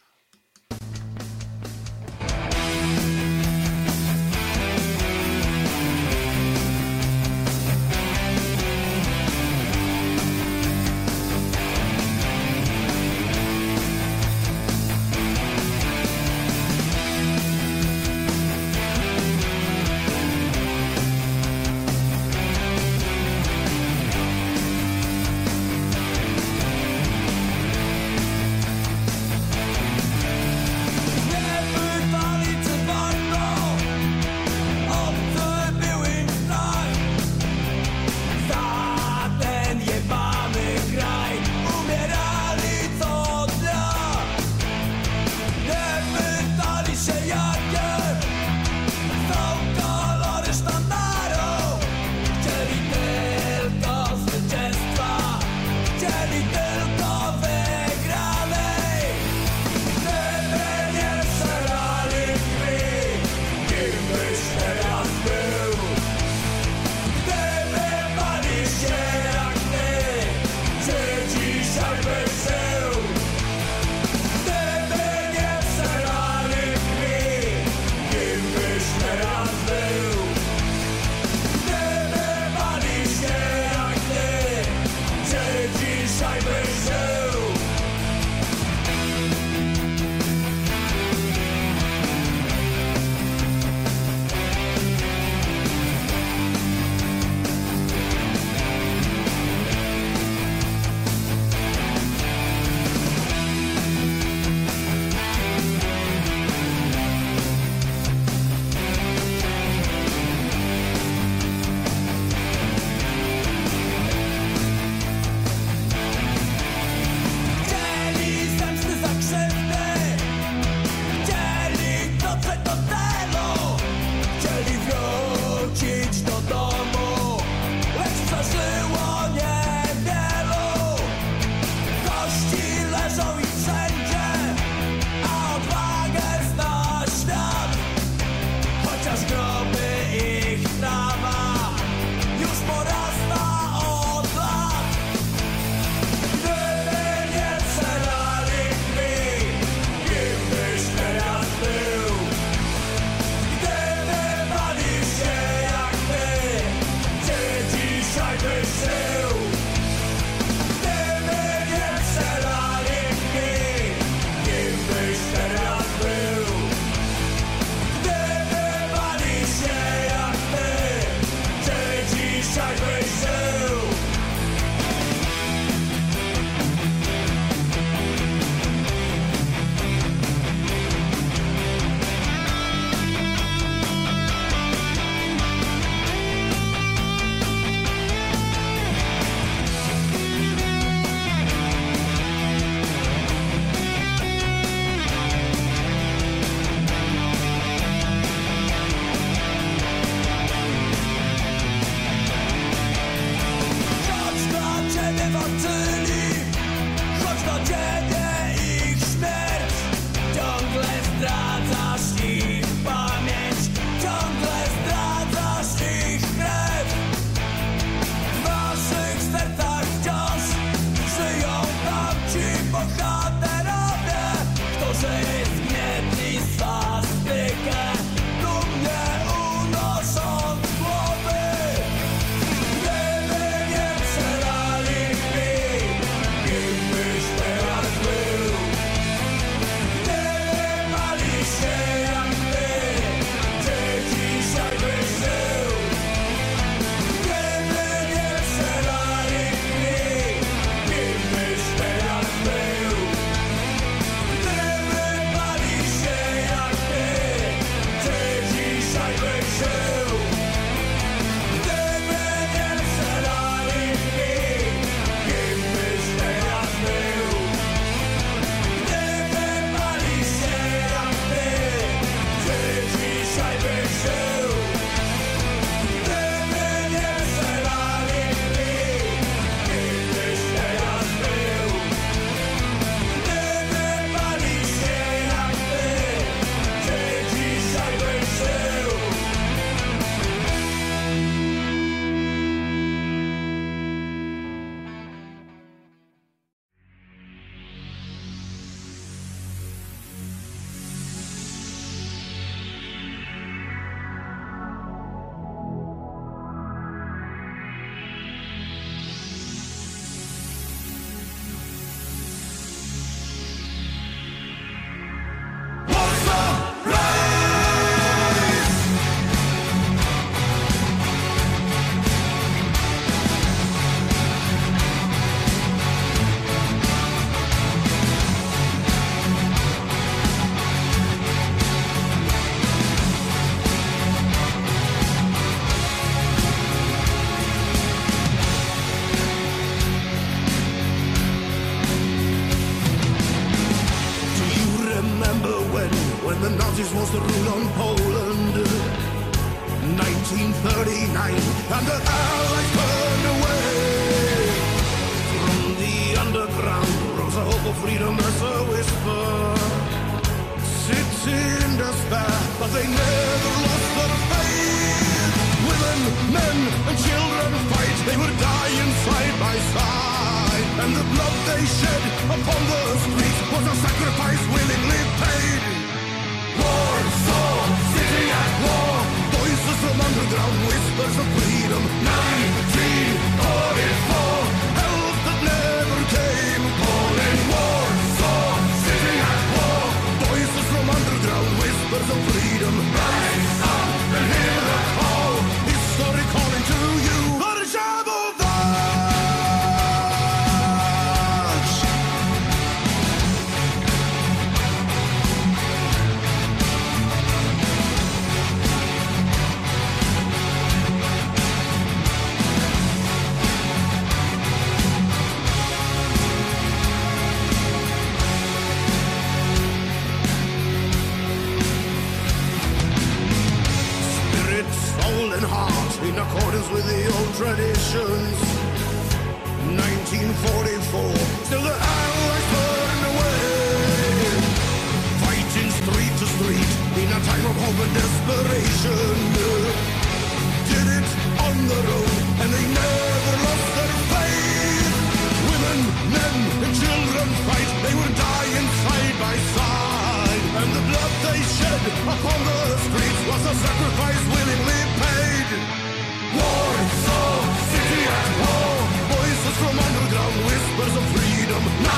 Gdyby nie strzelali w kim byś teraz and the Allies burned away. From the underground rose a hope of freedom as a whisper. City in despair, but they never lost their faith. Women, men, and children fight, they were dying side by side. And the blood they shed upon the streets was a sacrifice willingly paid. Warsaw, city at war, voices from underground, whispers of freedom. 1944, help that never came. Calling Warsaw, city at war, voices from underground, whispers of freedom. Rise up and hear the call, history calling to you. In accordance with the old traditions. 1944, still the Allies burned away. Fighting street to street in a time of hope and desperation. Did it on their own and they never lost their faith. Women, men, and children fight, they were dying side by side. And the blood they shed upon the streets was a sacrifice willingly paid. Warsaw, city at war, voices from underground, whispers of freedom.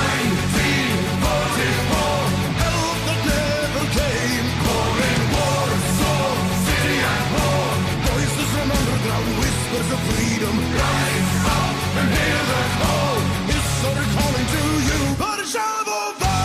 1944, help that never came. Calling Warsaw, city at war, voices from underground, whispers of freedom. Rise up and hear the call, history calling to you. Warszawa!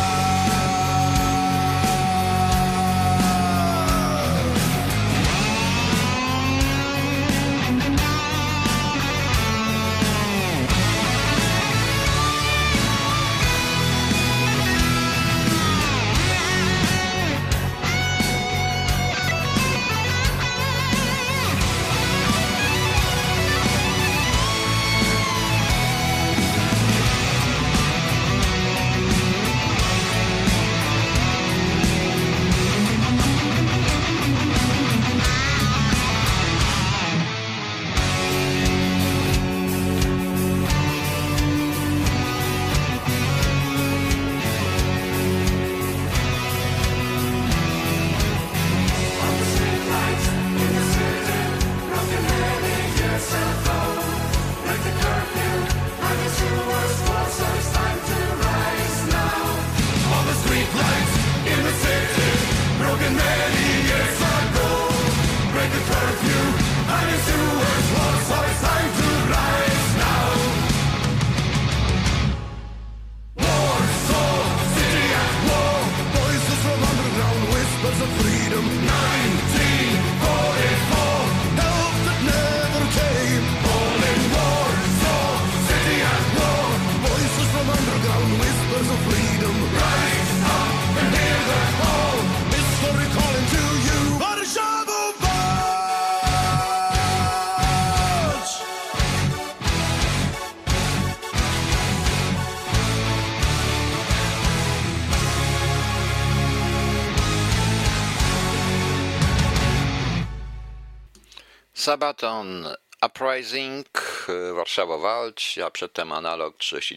Sabaton Uprising, Warszawa walcz, a przedtem Analog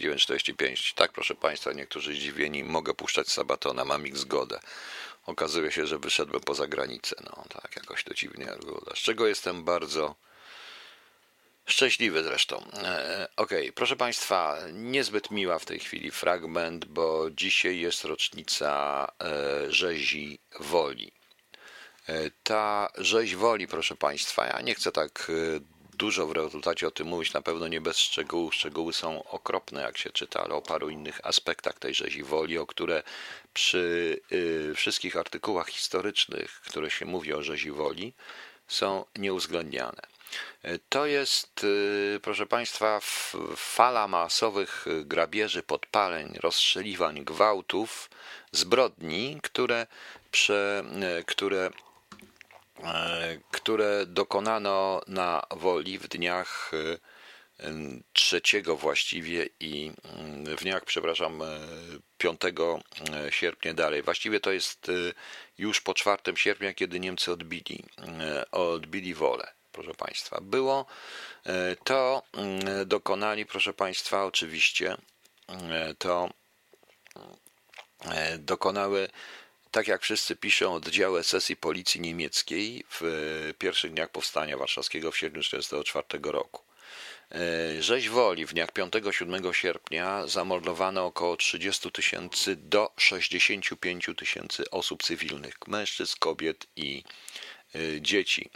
3945. Tak, proszę Państwa, niektórzy zdziwieni, mogę puszczać Sabatona, mam ich zgodę. Okazuje się, że wyszedłem poza granicę. No tak, jakoś to dziwnie wygląda. Z czego jestem bardzo szczęśliwy zresztą. Okej, proszę Państwa, niezbyt miła w tej chwili fragment, bo dzisiaj jest rocznica rzezi Woli. Ta rzeź Woli, proszę Państwa, ja nie chcę tak dużo w rezultacie o tym mówić, na pewno nie bez szczegółów. Szczegóły są okropne, jak się czyta, ale o paru innych aspektach tej rzezi Woli, o które przy wszystkich artykułach historycznych, które się mówi o rzezi Woli, są nieuwzględniane. To jest, proszę Państwa, fala masowych grabieży, podpaleń, rozstrzeliwań, gwałtów, zbrodni, które które dokonano na Woli w dniach 3 właściwie i w dniach, 5 sierpnia dalej. Właściwie to jest już po 4 sierpnia, kiedy Niemcy odbili Wolę, proszę Państwa. Było to, dokonali, proszę Państwa, oczywiście to dokonały, tak jak wszyscy piszą, oddziały SS i policji niemieckiej w pierwszych dniach powstania warszawskiego w sierpniu 1944 roku. Rzeź Woli w dniach 5-7 sierpnia zamordowano około 30 000 do 65 000 osób cywilnych, mężczyzn, kobiet i dzieci.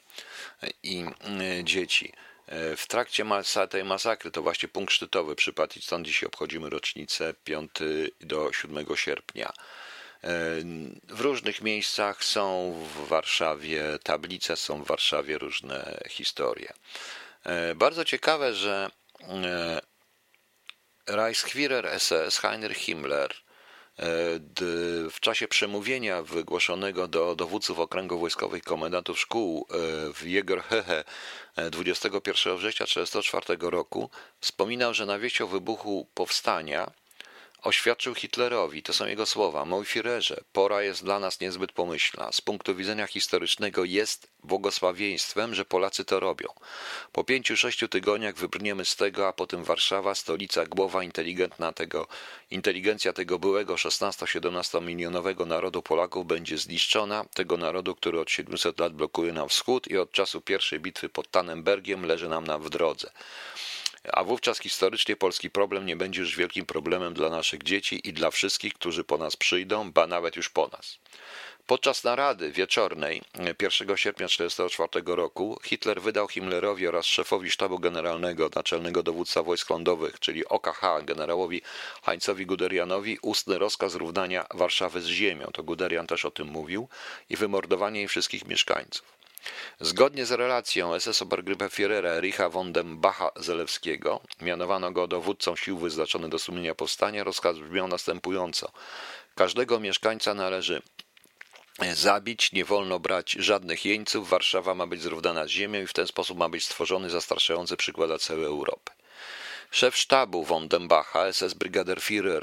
W trakcie tej masakry, to właśnie punkt szczytowy przypadł i stąd dzisiaj obchodzimy rocznicę 5-7 sierpnia. W różnych miejscach są w Warszawie tablice, są w Warszawie różne historie. Bardzo ciekawe, że Reichsführer SS Heinrich Himmler w czasie przemówienia wygłoszonego do dowódców okręgów wojskowych i komendantów szkół w Jägerhehe 21 września 1944 roku wspominał, że na wieść o wybuchu powstania oświadczył Hitlerowi, to są jego słowa: mój Führerze, pora jest dla nas niezbyt pomyślna. Z punktu widzenia historycznego jest błogosławieństwem, że Polacy to robią. Po 5-6 tygodniach wybrniemy z tego, a potem Warszawa, stolica, głowa inteligencja tego byłego 16-17 milionowego narodu Polaków będzie zniszczona, tego narodu, który od 700 lat blokuje nam wschód i od czasu pierwszej bitwy pod Tannenbergiem leży nam w drodze. A wówczas historycznie polski problem nie będzie już wielkim problemem dla naszych dzieci i dla wszystkich, którzy po nas przyjdą, ba nawet już po nas. Podczas narady wieczornej 1 sierpnia 1944 roku Hitler wydał Himmlerowi oraz szefowi sztabu generalnego, naczelnego dowódca wojsk lądowych, czyli OKH, generałowi Heinzowi Guderianowi, ustny rozkaz równania Warszawy z ziemią, to Guderian też o tym mówił, i wymordowania jej wszystkich mieszkańców. Zgodnie z relacją SS-Obergruppenführera Ericha von dem Bacha-Zelewskiego, mianowano go dowódcą sił wyznaczonych do sumienia powstania, rozkaz brzmiał następująco: każdego mieszkańca należy zabić, nie wolno brać żadnych jeńców, Warszawa ma być zrównana z ziemią i w ten sposób ma być stworzony zastraszający przykład dla całej Europy. Szef sztabu von dem Bacha, SS-Brigaderführer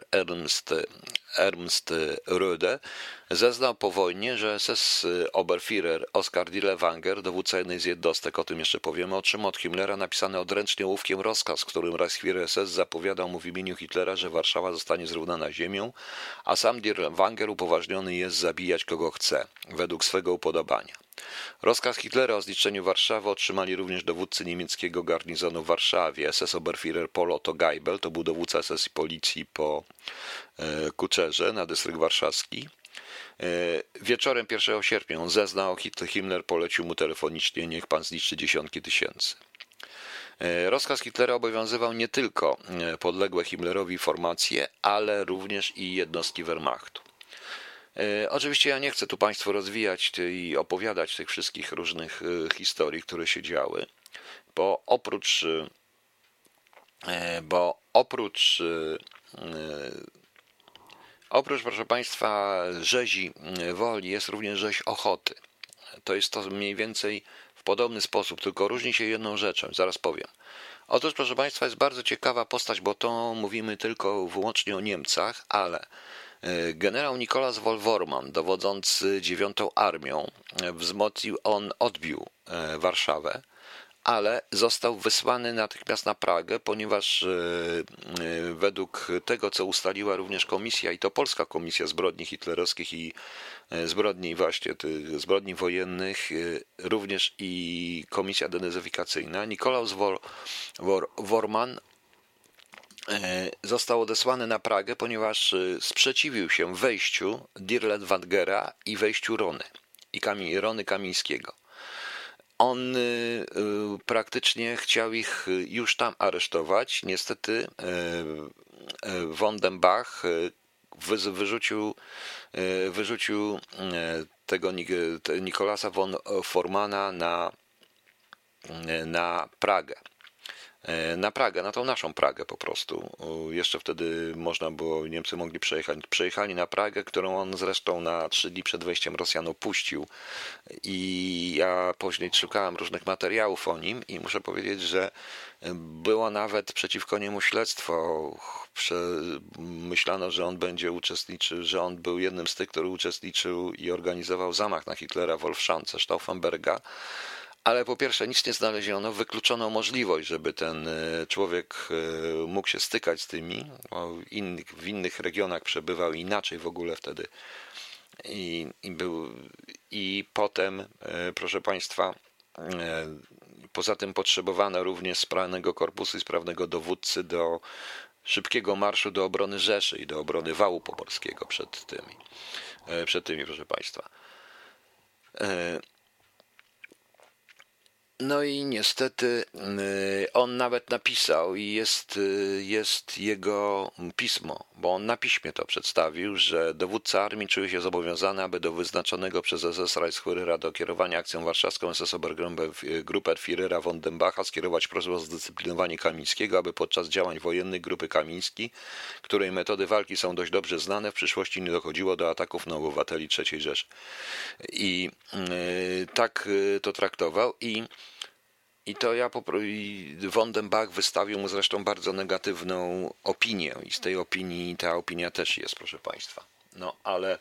Ernst Röde, zeznał po wojnie, że SS-Oberführer Oskar Dillewanger, dowódca jednej z jednostek, o tym jeszcze powiemy, otrzymał od Himmlera napisany odręcznie ołówkiem rozkaz, którym Reichsführer SS zapowiadał mu w imieniu Hitlera, że Warszawa zostanie zrównana ziemią, a sam Dillewanger upoważniony jest zabijać kogo chce, według swego upodobania. Rozkaz Hitlera o zniszczeniu Warszawy otrzymali również dowódcy niemieckiego garnizonu w Warszawie. SS-Oberführer Paul Otto Geibel, to był dowódca SS i policji po Kuczerze na dystrykt warszawski. Wieczorem 1 sierpnia on zeznał, Himmler polecił mu telefonicznie: niech pan zniszczy dziesiątki tysięcy. Rozkaz Hitlera obowiązywał nie tylko podległe Himmlerowi formacje, ale również i jednostki Wehrmachtu. Oczywiście ja nie chcę tu Państwu rozwijać i opowiadać tych wszystkich różnych historii, które się działy, bo oprócz, proszę Państwa, rzezi Woli jest również rzeź Ochoty. To jest to mniej więcej w podobny sposób, tylko różni się jedną rzeczą, zaraz powiem. Otóż, proszę Państwa, jest bardzo ciekawa postać, bo to mówimy tylko wyłącznie o Niemcach, ale generał Nikolaus Wollworman, dowodzący 9. Armią, odbił Warszawę, ale został wysłany natychmiast na Pragę, ponieważ według tego, co ustaliła również komisja, i to polska komisja zbrodni hitlerowskich i zbrodni wojennych, również i komisja denazyfikacyjna, Nikolaus Worman został odesłany na Pragę, ponieważ sprzeciwił się wejściu Dirlewangera i wejściu Rony Kamińskiego. On praktycznie chciał ich już tam aresztować. Niestety von dem Bach wyrzucił tego Nikolasa von Formana na Pragę. na Pragę, na tą naszą Pragę po prostu. Jeszcze wtedy można było, Niemcy mogli przejechać. Przejechali na Pragę, którą on zresztą na 3 dni przed wejściem Rosjan opuścił. I ja później szukałem różnych materiałów o nim i muszę powiedzieć, że było nawet przeciwko niemu śledztwo. Myślano, że on będzie uczestniczył, że on był jednym z tych, który uczestniczył i organizował zamach na Hitlera w Wolfszance, Stauffenberga. Ale po pierwsze nic nie znaleziono, wykluczono możliwość, żeby ten człowiek mógł się stykać z tymi, w innych regionach przebywał inaczej w ogóle wtedy. I potem, proszę Państwa, poza tym potrzebowano również sprawnego korpusu i sprawnego dowódcy do szybkiego marszu do obrony Rzeszy i do obrony Wału Pomorskiego przed tymi, proszę Państwa. No i niestety on nawet napisał i jest jego pismo, bo on na piśmie to przedstawił, że dowódca armii czuje się zobowiązany, aby do wyznaczonego przez SS Reichsführera do kierowania akcją warszawską SS Obergruppenführera von den Bacha skierować prośbę o zdyscyplinowanie Kamińskiego, aby podczas działań wojennych grupy Kamiński, której metody walki są dość dobrze znane, w przyszłości nie dochodziło do ataków na obywateli III Rzeszy. I tak to traktował i to von den Bach wystawił mu zresztą bardzo negatywną opinię i z tej opinii, ta opinia też jest, proszę Państwa. No ale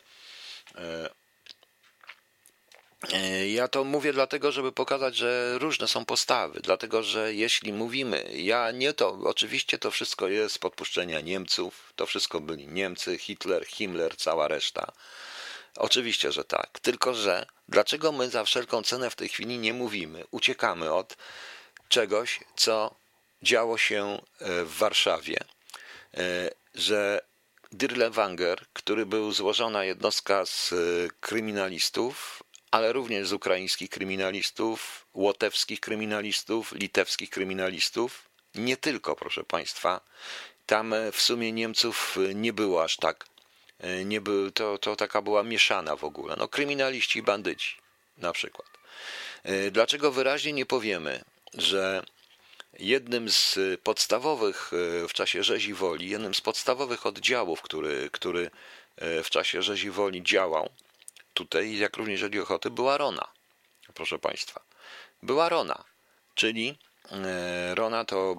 ja to mówię dlatego, żeby pokazać, że różne są postawy, dlatego, że jeśli mówimy, oczywiście to wszystko jest podpuszczenia Niemców, to wszystko byli Niemcy, Hitler, Himmler, cała reszta. Oczywiście, że tak. Tylko że dlaczego my za wszelką cenę w tej chwili nie mówimy, uciekamy od czegoś, co działo się w Warszawie, że Dirlewanger, który był złożona jednostka z kryminalistów, ale również z ukraińskich kryminalistów, łotewskich kryminalistów, litewskich kryminalistów, nie tylko, proszę Państwa, tam w sumie Niemców nie było aż tak. Nie był, to taka była mieszana w ogóle. No, kryminaliści i bandyci na przykład. Dlaczego wyraźnie nie powiemy, że jednym z podstawowych w czasie rzezi woli, jednym z podstawowych oddziałów, który w czasie rzezi woli działał tutaj, jak również jeżeli ochoty, była Rona. Proszę Państwa. Była Rona, czyli Rona to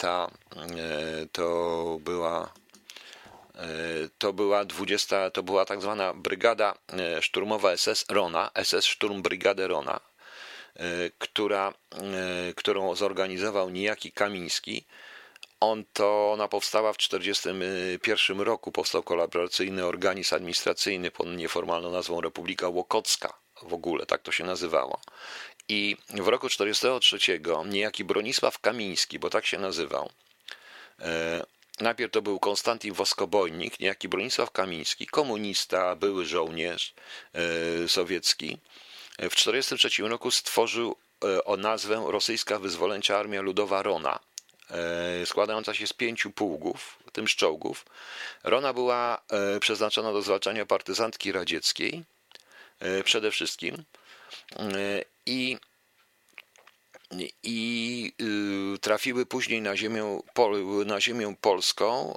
była tak zwana brygada szturmowa SS Rona, SS Sturmbrigade Rona, którą zorganizował niejaki Kamiński. Ona powstała w 1941 roku, powstał kolaboracyjny organizm administracyjny pod nieformalną nazwą Republika Łokocka, w ogóle tak to się nazywało. I w roku 1943 niejaki Bronisław Kamiński, bo tak się nazywał, najpierw to był Konstantin Woskobojnik, niejaki Bronisław Kamiński, komunista, były żołnierz sowiecki. W 1943 roku stworzył o nazwę Rosyjska Wyzwoleńcza Armia Ludowa Rona, składająca się z 5 pułków, w tym z czołgów. Rona była przeznaczona do zwalczania partyzantki radzieckiej przede wszystkim i trafiły później na ziemię polską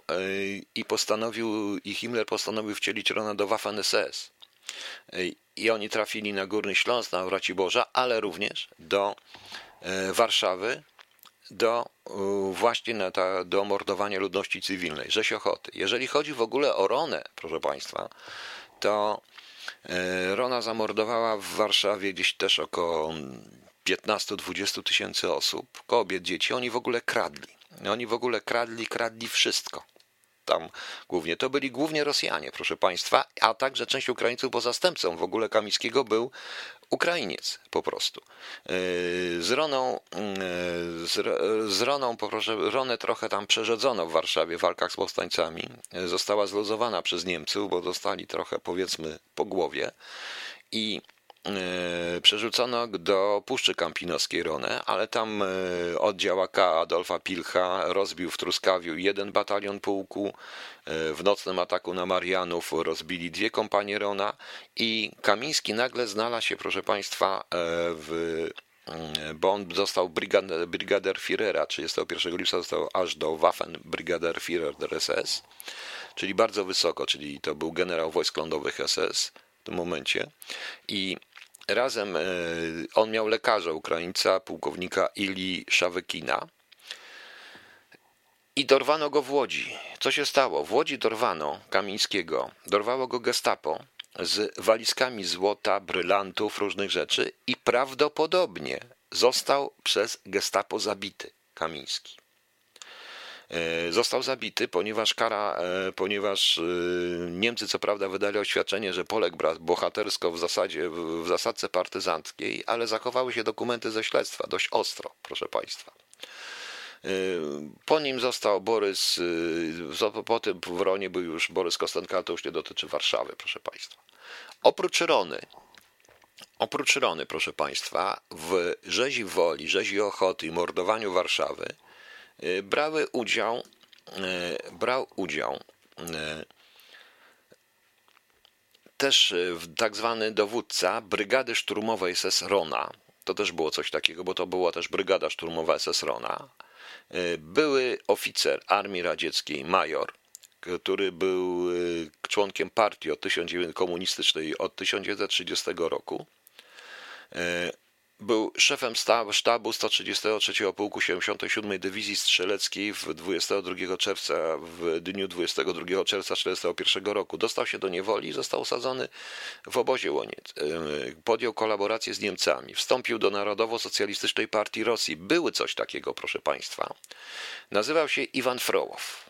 i Himmler postanowił wcielić Rona do Waffen-SS. I oni trafili na Górny Śląsk, na Raciborza, ale również do Warszawy, właśnie do mordowania ludności cywilnej, rzeź ochoty. Jeżeli chodzi w ogóle o Ronę, proszę Państwa, to Rona zamordowała w Warszawie gdzieś też około 15-20 tysięcy osób, kobiet, dzieci. Oni w ogóle kradli wszystko. Tam to byli głównie Rosjanie, proszę Państwa, a także część Ukraińców, bo zastępcą w ogóle Kamińskiego był Ukrainiec po prostu. Ronę trochę tam przerzedzono w Warszawie w walkach z powstańcami. Została zluzowana przez Niemców, bo dostali trochę, powiedzmy, po głowie i przerzucono do Puszczy Kampinoskiej Ronę, ale tam oddział AK Adolfa Pilcha rozbił w Truskawiu 1 batalion pułku, w nocnym ataku na Marianów rozbili 2 kompanie Rona i Kamiński nagle znalazł się, proszę Państwa, bo on został Brigader Führera, 31 lipca został aż do Waffen Brigader Führer der SS, czyli bardzo wysoko, czyli to był generał wojsk lądowych SS w tym momencie. I razem on miał lekarza Ukraińca, pułkownika Ili Szawekina. I dorwano go w Łodzi. Co się stało? W Łodzi dorwano Kamińskiego, dorwało go gestapo z walizkami złota, brylantów, różnych rzeczy i prawdopodobnie został przez gestapo zabity Kamiński. Został zabity, ponieważ Niemcy co prawda wydali oświadczenie, że poległ bohatersko w zasadce partyzanckiej, ale zachowały się dokumenty ze śledztwa dość ostro, proszę Państwa. Po nim został Borys, po tym w Wronie był już Borys Kostenka, ale to już nie dotyczy Warszawy, proszę Państwa. Oprócz Rony, proszę Państwa, w rzezi woli, rzezi ochoty i mordowaniu Warszawy brał udział też tak zwany dowódca Brygady Szturmowej SS Rona. To też było coś takiego, bo to była też Brygada Szturmowa SS Rona. Były oficer Armii Radzieckiej, major, który był członkiem partii komunistycznej od 1930 roku. Był szefem sztabu 133 Pułku 77 Dywizji Strzeleckiej w dniu 22 czerwca 1941 roku. Dostał się do niewoli i został osadzony w obozie Łoniec. Podjął kolaborację z Niemcami. Wstąpił do Narodowo-Socjalistycznej Partii Rosji. Były coś takiego, proszę Państwa. Nazywał się Iwan Frołow.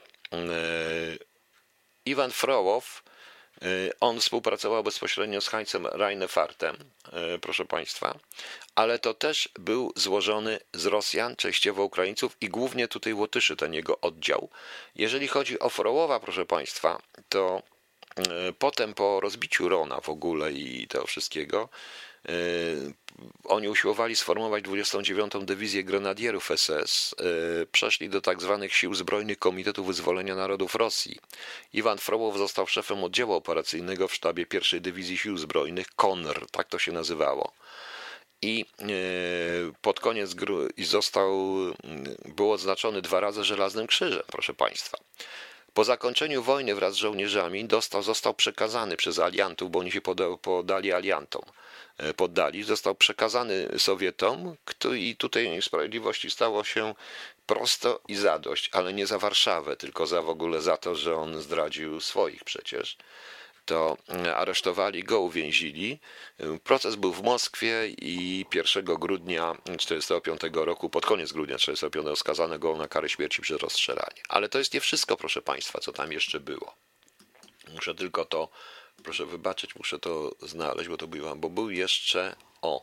Iwan Frołow, on współpracował bezpośrednio z Heinzem Reinefartem, proszę Państwa, ale to też był złożony z Rosjan, częściowo Ukraińców i głównie tutaj Łotyszy, ten jego oddział. Jeżeli chodzi o Frołowa, proszę Państwa, to potem po rozbiciu Rona w ogóle i tego wszystkiego, oni usiłowali sformować 29. Dywizję Grenadierów SS, przeszli do tak zwanych Sił Zbrojnych Komitetu Wyzwolenia Narodów Rosji. Iwan Frołow został szefem oddziału operacyjnego w sztabie 1. Dywizji Sił Zbrojnych, KONR, tak to się nazywało. I pod koniec był odznaczony 2 razy Żelaznym Krzyżem, proszę Państwa. Po zakończeniu wojny wraz z żołnierzami został przekazany przez aliantów, bo oni się poddali aliantom. Został przekazany Sowietom i tutaj niesprawiedliwości stało się prosto i zadość, ale nie za Warszawę, tylko w ogóle za to, że on zdradził swoich przecież. To aresztowali go, uwięzili. Proces był w Moskwie i 1 grudnia 1945 roku, pod koniec grudnia 1945 skazano go na karę śmierci przez rozstrzelanie. Ale to jest nie wszystko, proszę Państwa, co tam jeszcze było. Muszę tylko to, proszę wybaczyć, muszę to znaleźć, bo był jeszcze,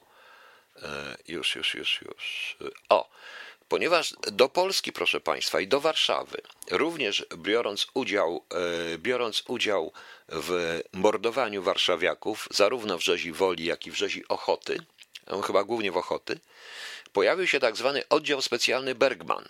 ponieważ do Polski, proszę Państwa, i do Warszawy, również biorąc udział w mordowaniu warszawiaków, zarówno w rzezi Woli, jak i w rzezi Ochoty, chyba głównie w Ochoty, pojawił się tak zwany oddział specjalny Bergmann,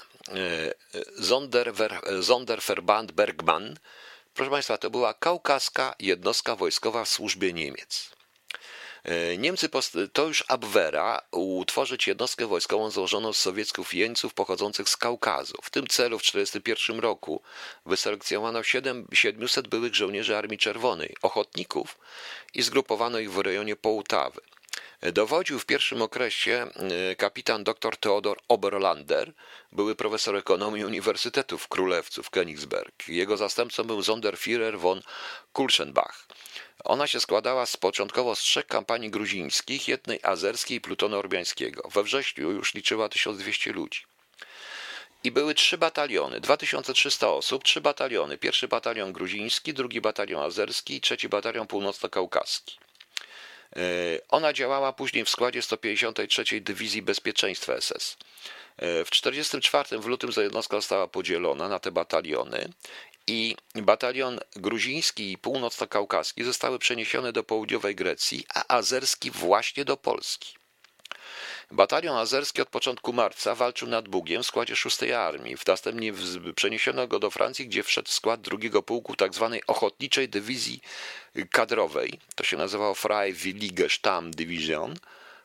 Sonderverband Bergmann. Proszę Państwa, to była kaukaska jednostka wojskowa w służbie Niemiec. Niemcy, to już Abwehra, utworzyć jednostkę wojskową złożoną z sowiecków jeńców pochodzących z Kaukazu. W tym celu w 1941 roku wyselekcjonowano 700 byłych żołnierzy Armii Czerwonej, ochotników i zgrupowano ich w rejonie Połtawy. Dowodził w pierwszym okresie kapitan dr Theodor Oberlander, były profesor ekonomii Uniwersytetu w Królewcu w Königsberg. Jego zastępcą był Sonderführer von Kulchenbach. Ona się składała początkowo z 3 kampanii gruzińskich, 1 azerskiej i plutonu ormiańskiego. We wrześniu już liczyła 1200 ludzi. I były 3 bataliony, 2300 osób, 3 bataliony. 1 batalion gruziński, 2 batalion azerski i 3 batalion północno-kaukaski. Ona działała później w składzie 153 Dywizji Bezpieczeństwa SS. W 1944 w lutym jednostka została podzielona na te bataliony i batalion gruziński i północno-kaukaski zostały przeniesione do południowej Grecji, a azerski właśnie do Polski. Batalion azerski od początku marca walczył nad Bugiem w składzie 6 Armii. Następnie przeniesiono go do Francji, gdzie wszedł w skład 2 pułku tzw. Ochotniczej Dywizji Kadrowej. To się nazywało Freiwillige Stammdivision.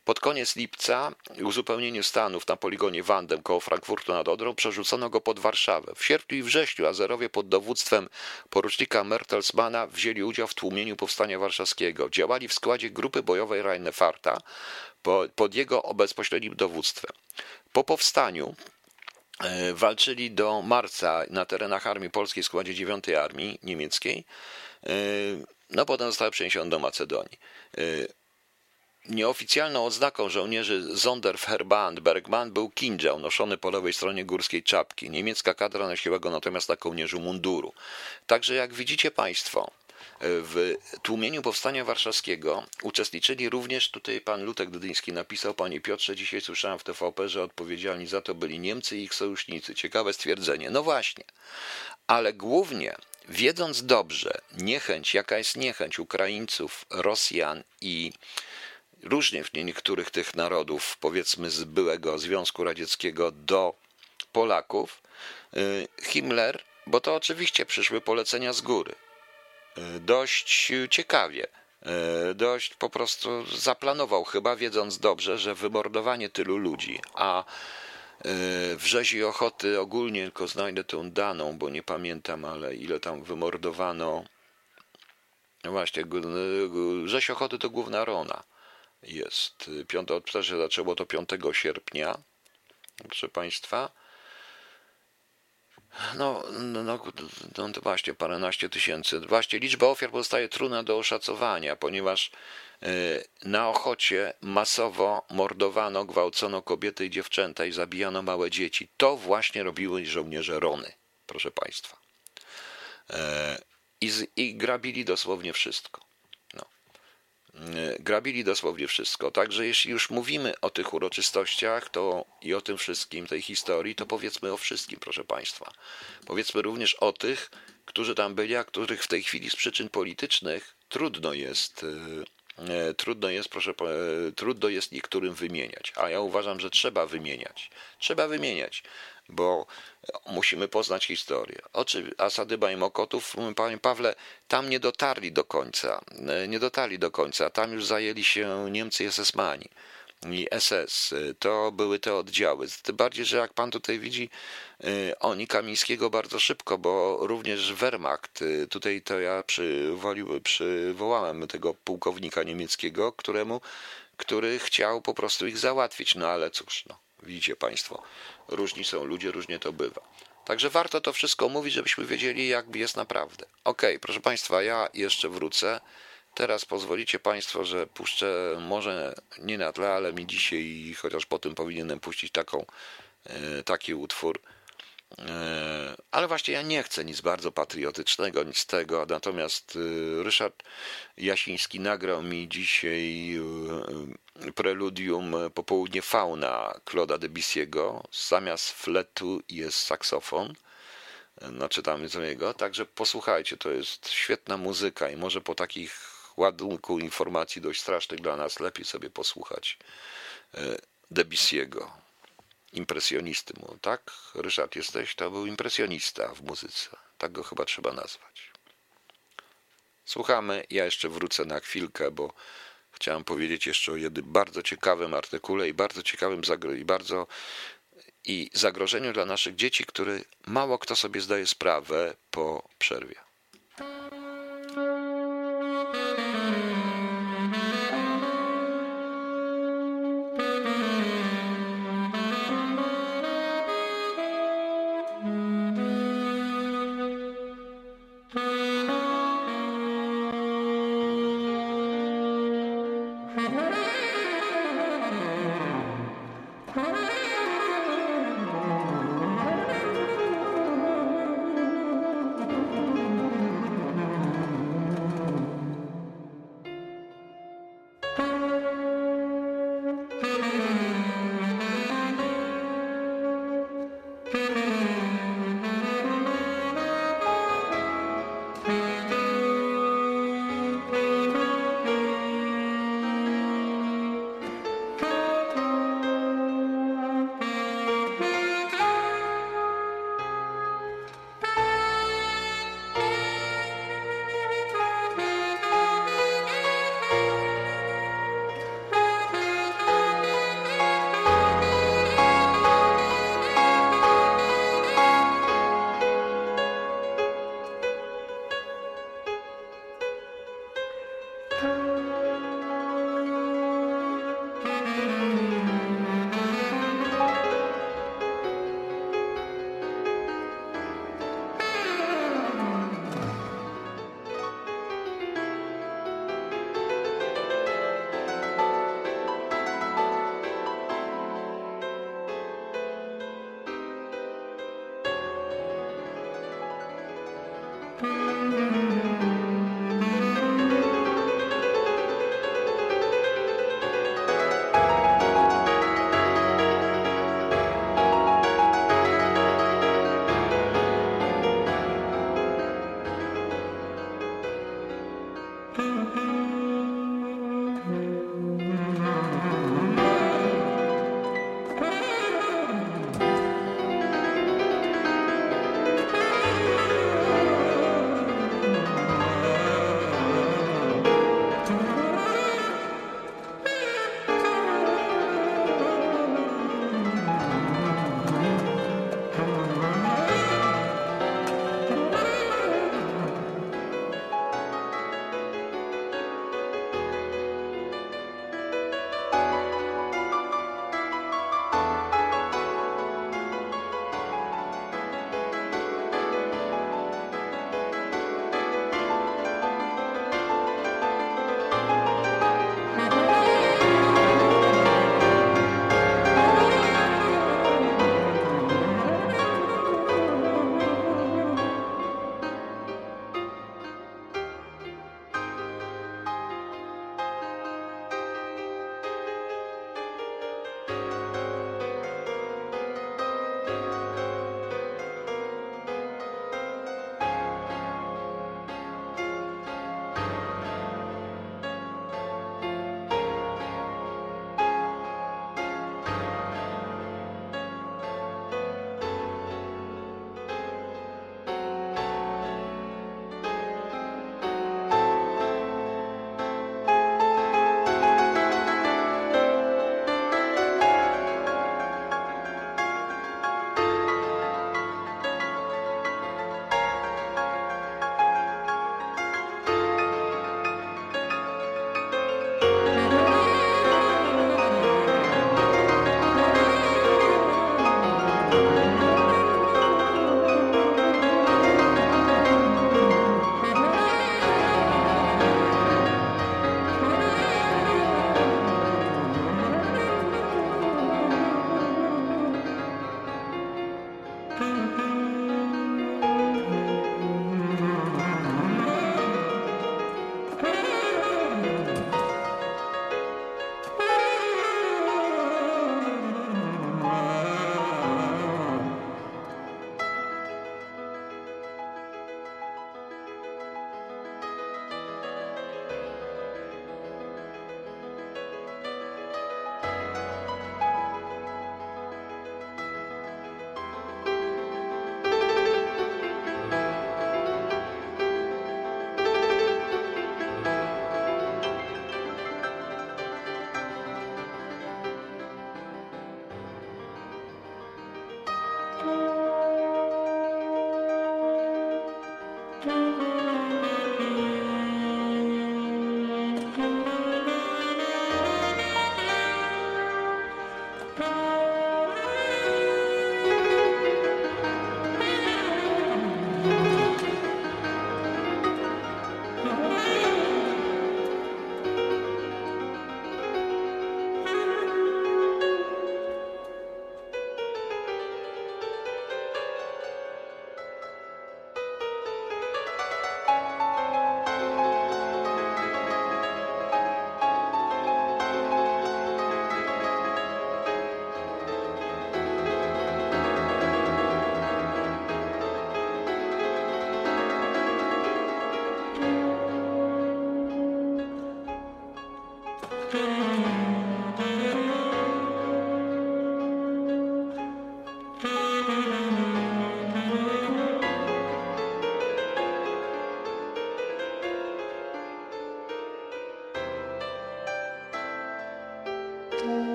Pod koniec lipca uzupełnieniu stanów na poligonie Wandem koło Frankfurtu nad Odrą przerzucono go pod Warszawę. W sierpniu i wrześniu Azerowie pod dowództwem porucznika Mertelsmana wzięli udział w tłumieniu powstania warszawskiego. Działali w składzie grupy bojowej Rheinefarta pod jego bezpośrednim dowództwem. Po powstaniu walczyli do marca na terenach Armii Polskiej w składzie 9 Armii Niemieckiej. No potem zostały przeniesione do Macedonii. Nieoficjalną odznaką żołnierzy Sonderverband Bergmann był kindział noszony po lewej stronie górskiej czapki. Niemiecka kadra nosiła go natomiast na kołnierzu munduru. Także jak widzicie Państwo, w tłumieniu powstania warszawskiego uczestniczyli również, tutaj pan Lutek Dydyński napisał, panie Piotrze, dzisiaj słyszałem w TVP, że odpowiedzialni za to byli Niemcy i ich sojusznicy. Ciekawe stwierdzenie. No właśnie, ale głównie wiedząc dobrze jaka jest niechęć Ukraińców, Rosjan i różnych niektórych tych narodów, powiedzmy z byłego Związku Radzieckiego do Polaków, Himmler, bo to oczywiście przyszły polecenia z góry, dość ciekawie, dość po prostu zaplanował chyba, wiedząc dobrze, że wymordowanie tylu ludzi, a w Rzezi Ochoty ogólnie, tylko znajdę tą daną, bo nie pamiętam, ale ile tam wymordowano, właśnie, Rzeź Ochoty to główna Rona jest, też się zaczęło to 5 sierpnia, proszę Państwa. No to właśnie paręnaście tysięcy. Właśnie liczba ofiar pozostaje trudna do oszacowania, ponieważ na Ochocie masowo mordowano, gwałcono kobiety i dziewczęta i zabijano małe dzieci. To właśnie robiły żołnierze Rony, proszę Państwa. I grabili dosłownie wszystko. Grabili dosłownie wszystko. Także jeśli już mówimy o tych uroczystościach i o tym wszystkim, tej historii, to powiedzmy o wszystkim, proszę Państwa. Powiedzmy również o tych, którzy tam byli, a których w tej chwili z przyczyn politycznych trudno jest niektórym wymieniać. A ja uważam, że trzeba wymieniać, bo musimy poznać historię. Asadyba i Mokotów, panie Pawle, tam nie dotarli do końca. Tam już zajęli się Niemcy i SS-mani i SS. To były te oddziały. Tym bardziej, że jak pan tutaj widzi, oni Kamińskiego bardzo szybko, bo również Wehrmacht, tutaj to ja przywołałem tego pułkownika niemieckiego, który chciał po prostu ich załatwić. No ale cóż, widzicie Państwo, różni są ludzie, różnie to bywa. Także warto to wszystko mówić, żebyśmy wiedzieli, jak jest naprawdę. Okej, proszę Państwa, ja jeszcze wrócę. Teraz pozwolicie Państwo, że puszczę, może nie na tle, ale mi dzisiaj, chociaż po tym powinienem puścić taki utwór. Ale właśnie ja nie chcę nic bardzo patriotycznego, nic z tego, natomiast Ryszard Jasiński nagrał mi dzisiaj preludium Popołudnie Fauna Claude'a Debussy'ego, zamiast fletu jest saksofon, czytamy z niego, także posłuchajcie, to jest świetna muzyka i może po takich ładunku informacji dość strasznych dla nas lepiej sobie posłuchać Debussy'ego. Impresjonisty mu, tak? Ryszard jesteś? To był impresjonista w muzyce. Tak go chyba trzeba nazwać. Słuchamy. Ja jeszcze wrócę na chwilkę, bo chciałem powiedzieć jeszcze o jednym bardzo ciekawym artykule i bardzo ciekawym zagrożeniu dla naszych dzieci, który mało kto sobie zdaje sprawę po przerwie.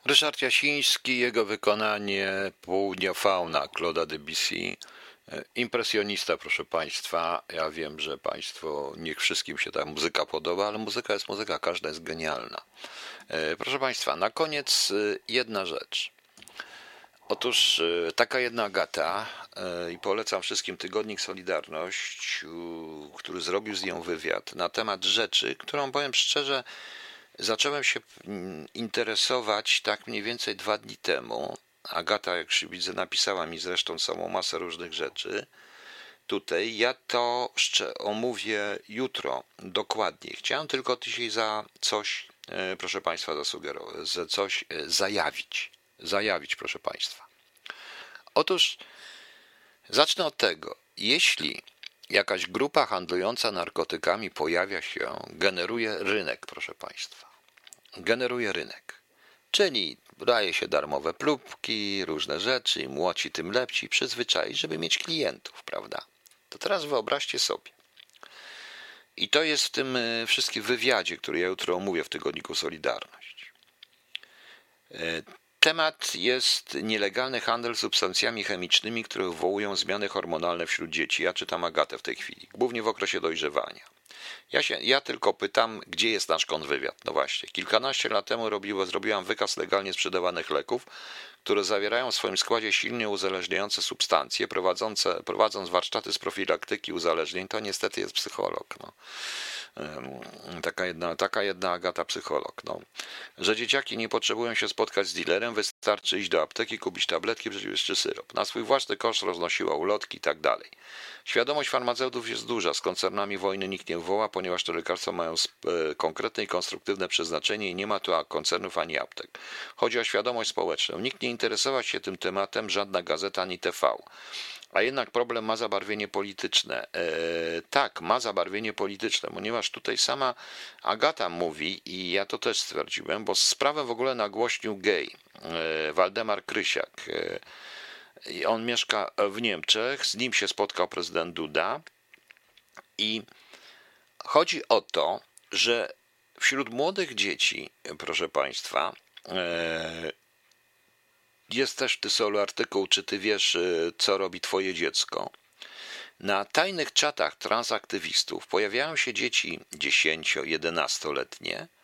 Ryszard Jasiński, jego wykonanie Południa Fauna Claude'a Debussy. Impresjonista, proszę Państwa. Ja wiem, że Państwo, niech wszystkim się ta muzyka podoba, ale muzyka jest muzyka, każda jest genialna. Proszę Państwa, na koniec jedna rzecz. Otóż taka jedna Agata, i polecam wszystkim tygodnik Solidarność, który zrobił z nią wywiad na temat rzeczy, którą, powiem szczerze, zacząłem się interesować tak mniej więcej 2 dni temu. Agata, jak się widzę, napisała mi zresztą samą masę różnych rzeczy. Tutaj ja to omówię jutro dokładniej. Chciałem tylko dzisiaj za coś, proszę Państwa, zasugerować, za coś zajawić, proszę Państwa. Otóż zacznę od tego. Jeśli jakaś grupa handlująca narkotykami pojawia się, generuje rynek, proszę Państwa. Generuje rynek. Czyli daje się darmowe próbki, różne rzeczy, im młodsi, tym lepsi, przyzwyczai, żeby mieć klientów, prawda? To teraz wyobraźcie sobie. I to jest w tym wszystkim wywiadzie, który ja jutro omówię w tygodniku Solidarność. Temat jest nielegalny handel substancjami chemicznymi, które wywołują zmiany hormonalne wśród dzieci. Ja czytam Agatę w tej chwili, głównie w okresie dojrzewania. Ja tylko pytam, gdzie jest nasz kontrwywiad? No właśnie, kilkanaście lat temu zrobiłam wykaz legalnie sprzedawanych leków, które zawierają w swoim składzie silnie uzależniające substancje, prowadząc warsztaty z profilaktyki uzależnień. To niestety jest psycholog. No. Taka jedna Agata psycholog. No. Że dzieciaki nie potrzebują się spotkać z dealerem, wystarczy iść do apteki, kupić tabletki, przeciwbójczy syrop. Na swój własny koszt roznosiła ulotki i tak dalej. Świadomość farmaceutów jest duża. Z koncernami wojny nikt nie woła, ponieważ te lekarstwa mają konkretne i konstruktywne przeznaczenie i nie ma tu koncernów ani aptek. Chodzi o świadomość społeczną. Nikt nie interesował się tym tematem, żadna gazeta ani TV. A jednak problem ma zabarwienie polityczne. Tak, ma zabarwienie polityczne, ponieważ tutaj sama Agata mówi, i ja to też stwierdziłem, bo sprawę w ogóle nagłośnił gej, Waldemar Krysiak. On mieszka w Niemczech, z nim się spotkał prezydent Duda i chodzi o to, że wśród młodych dzieci, proszę Państwa, jest też w Tysolu artykuł, czy ty wiesz, co robi twoje dziecko. Na tajnych czatach transaktywistów pojawiają się dzieci 10-11-letnie,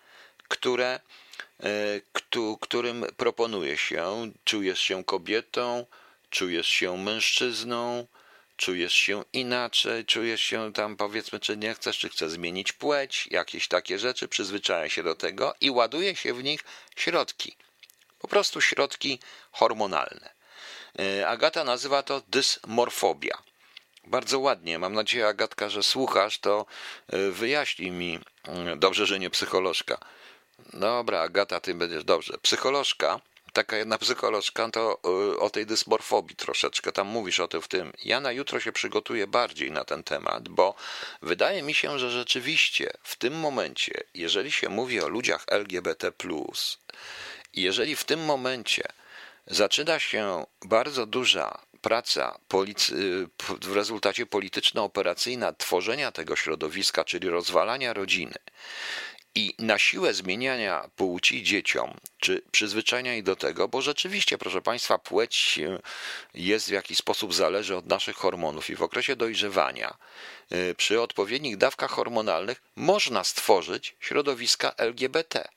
którym proponuje się, czujesz się kobietą, czujesz się mężczyzną, czujesz się inaczej, czujesz się tam, powiedzmy, czy nie chcesz, czy chcesz zmienić płeć, jakieś takie rzeczy, przyzwyczaja się do tego i ładuje się w nich środki. Po prostu środki hormonalne. Agata nazywa to dysmorfobia. Bardzo ładnie. Mam nadzieję, Agatka, że słuchasz, to wyjaśnij mi. Dobrze, że nie psycholożka. Dobra, Agata, ty będziesz dobrze. Psycholożka, taka jedna psycholożka, to o tej dysmorfobii troszeczkę. Tam mówisz o tym w tym. Ja na jutro się przygotuję bardziej na ten temat, bo wydaje mi się, że rzeczywiście w tym momencie, jeżeli się mówi o ludziach LGBT+, i jeżeli w tym momencie zaczyna się bardzo duża praca w rezultacie polityczno-operacyjna tworzenia tego środowiska, czyli rozwalania rodziny i na siłę zmieniania płci dzieciom, czy przyzwyczajania ich do tego, bo rzeczywiście, proszę Państwa, płeć jest w jakiś sposób zależy od naszych hormonów i w okresie dojrzewania przy odpowiednich dawkach hormonalnych można stworzyć środowiska LGBT.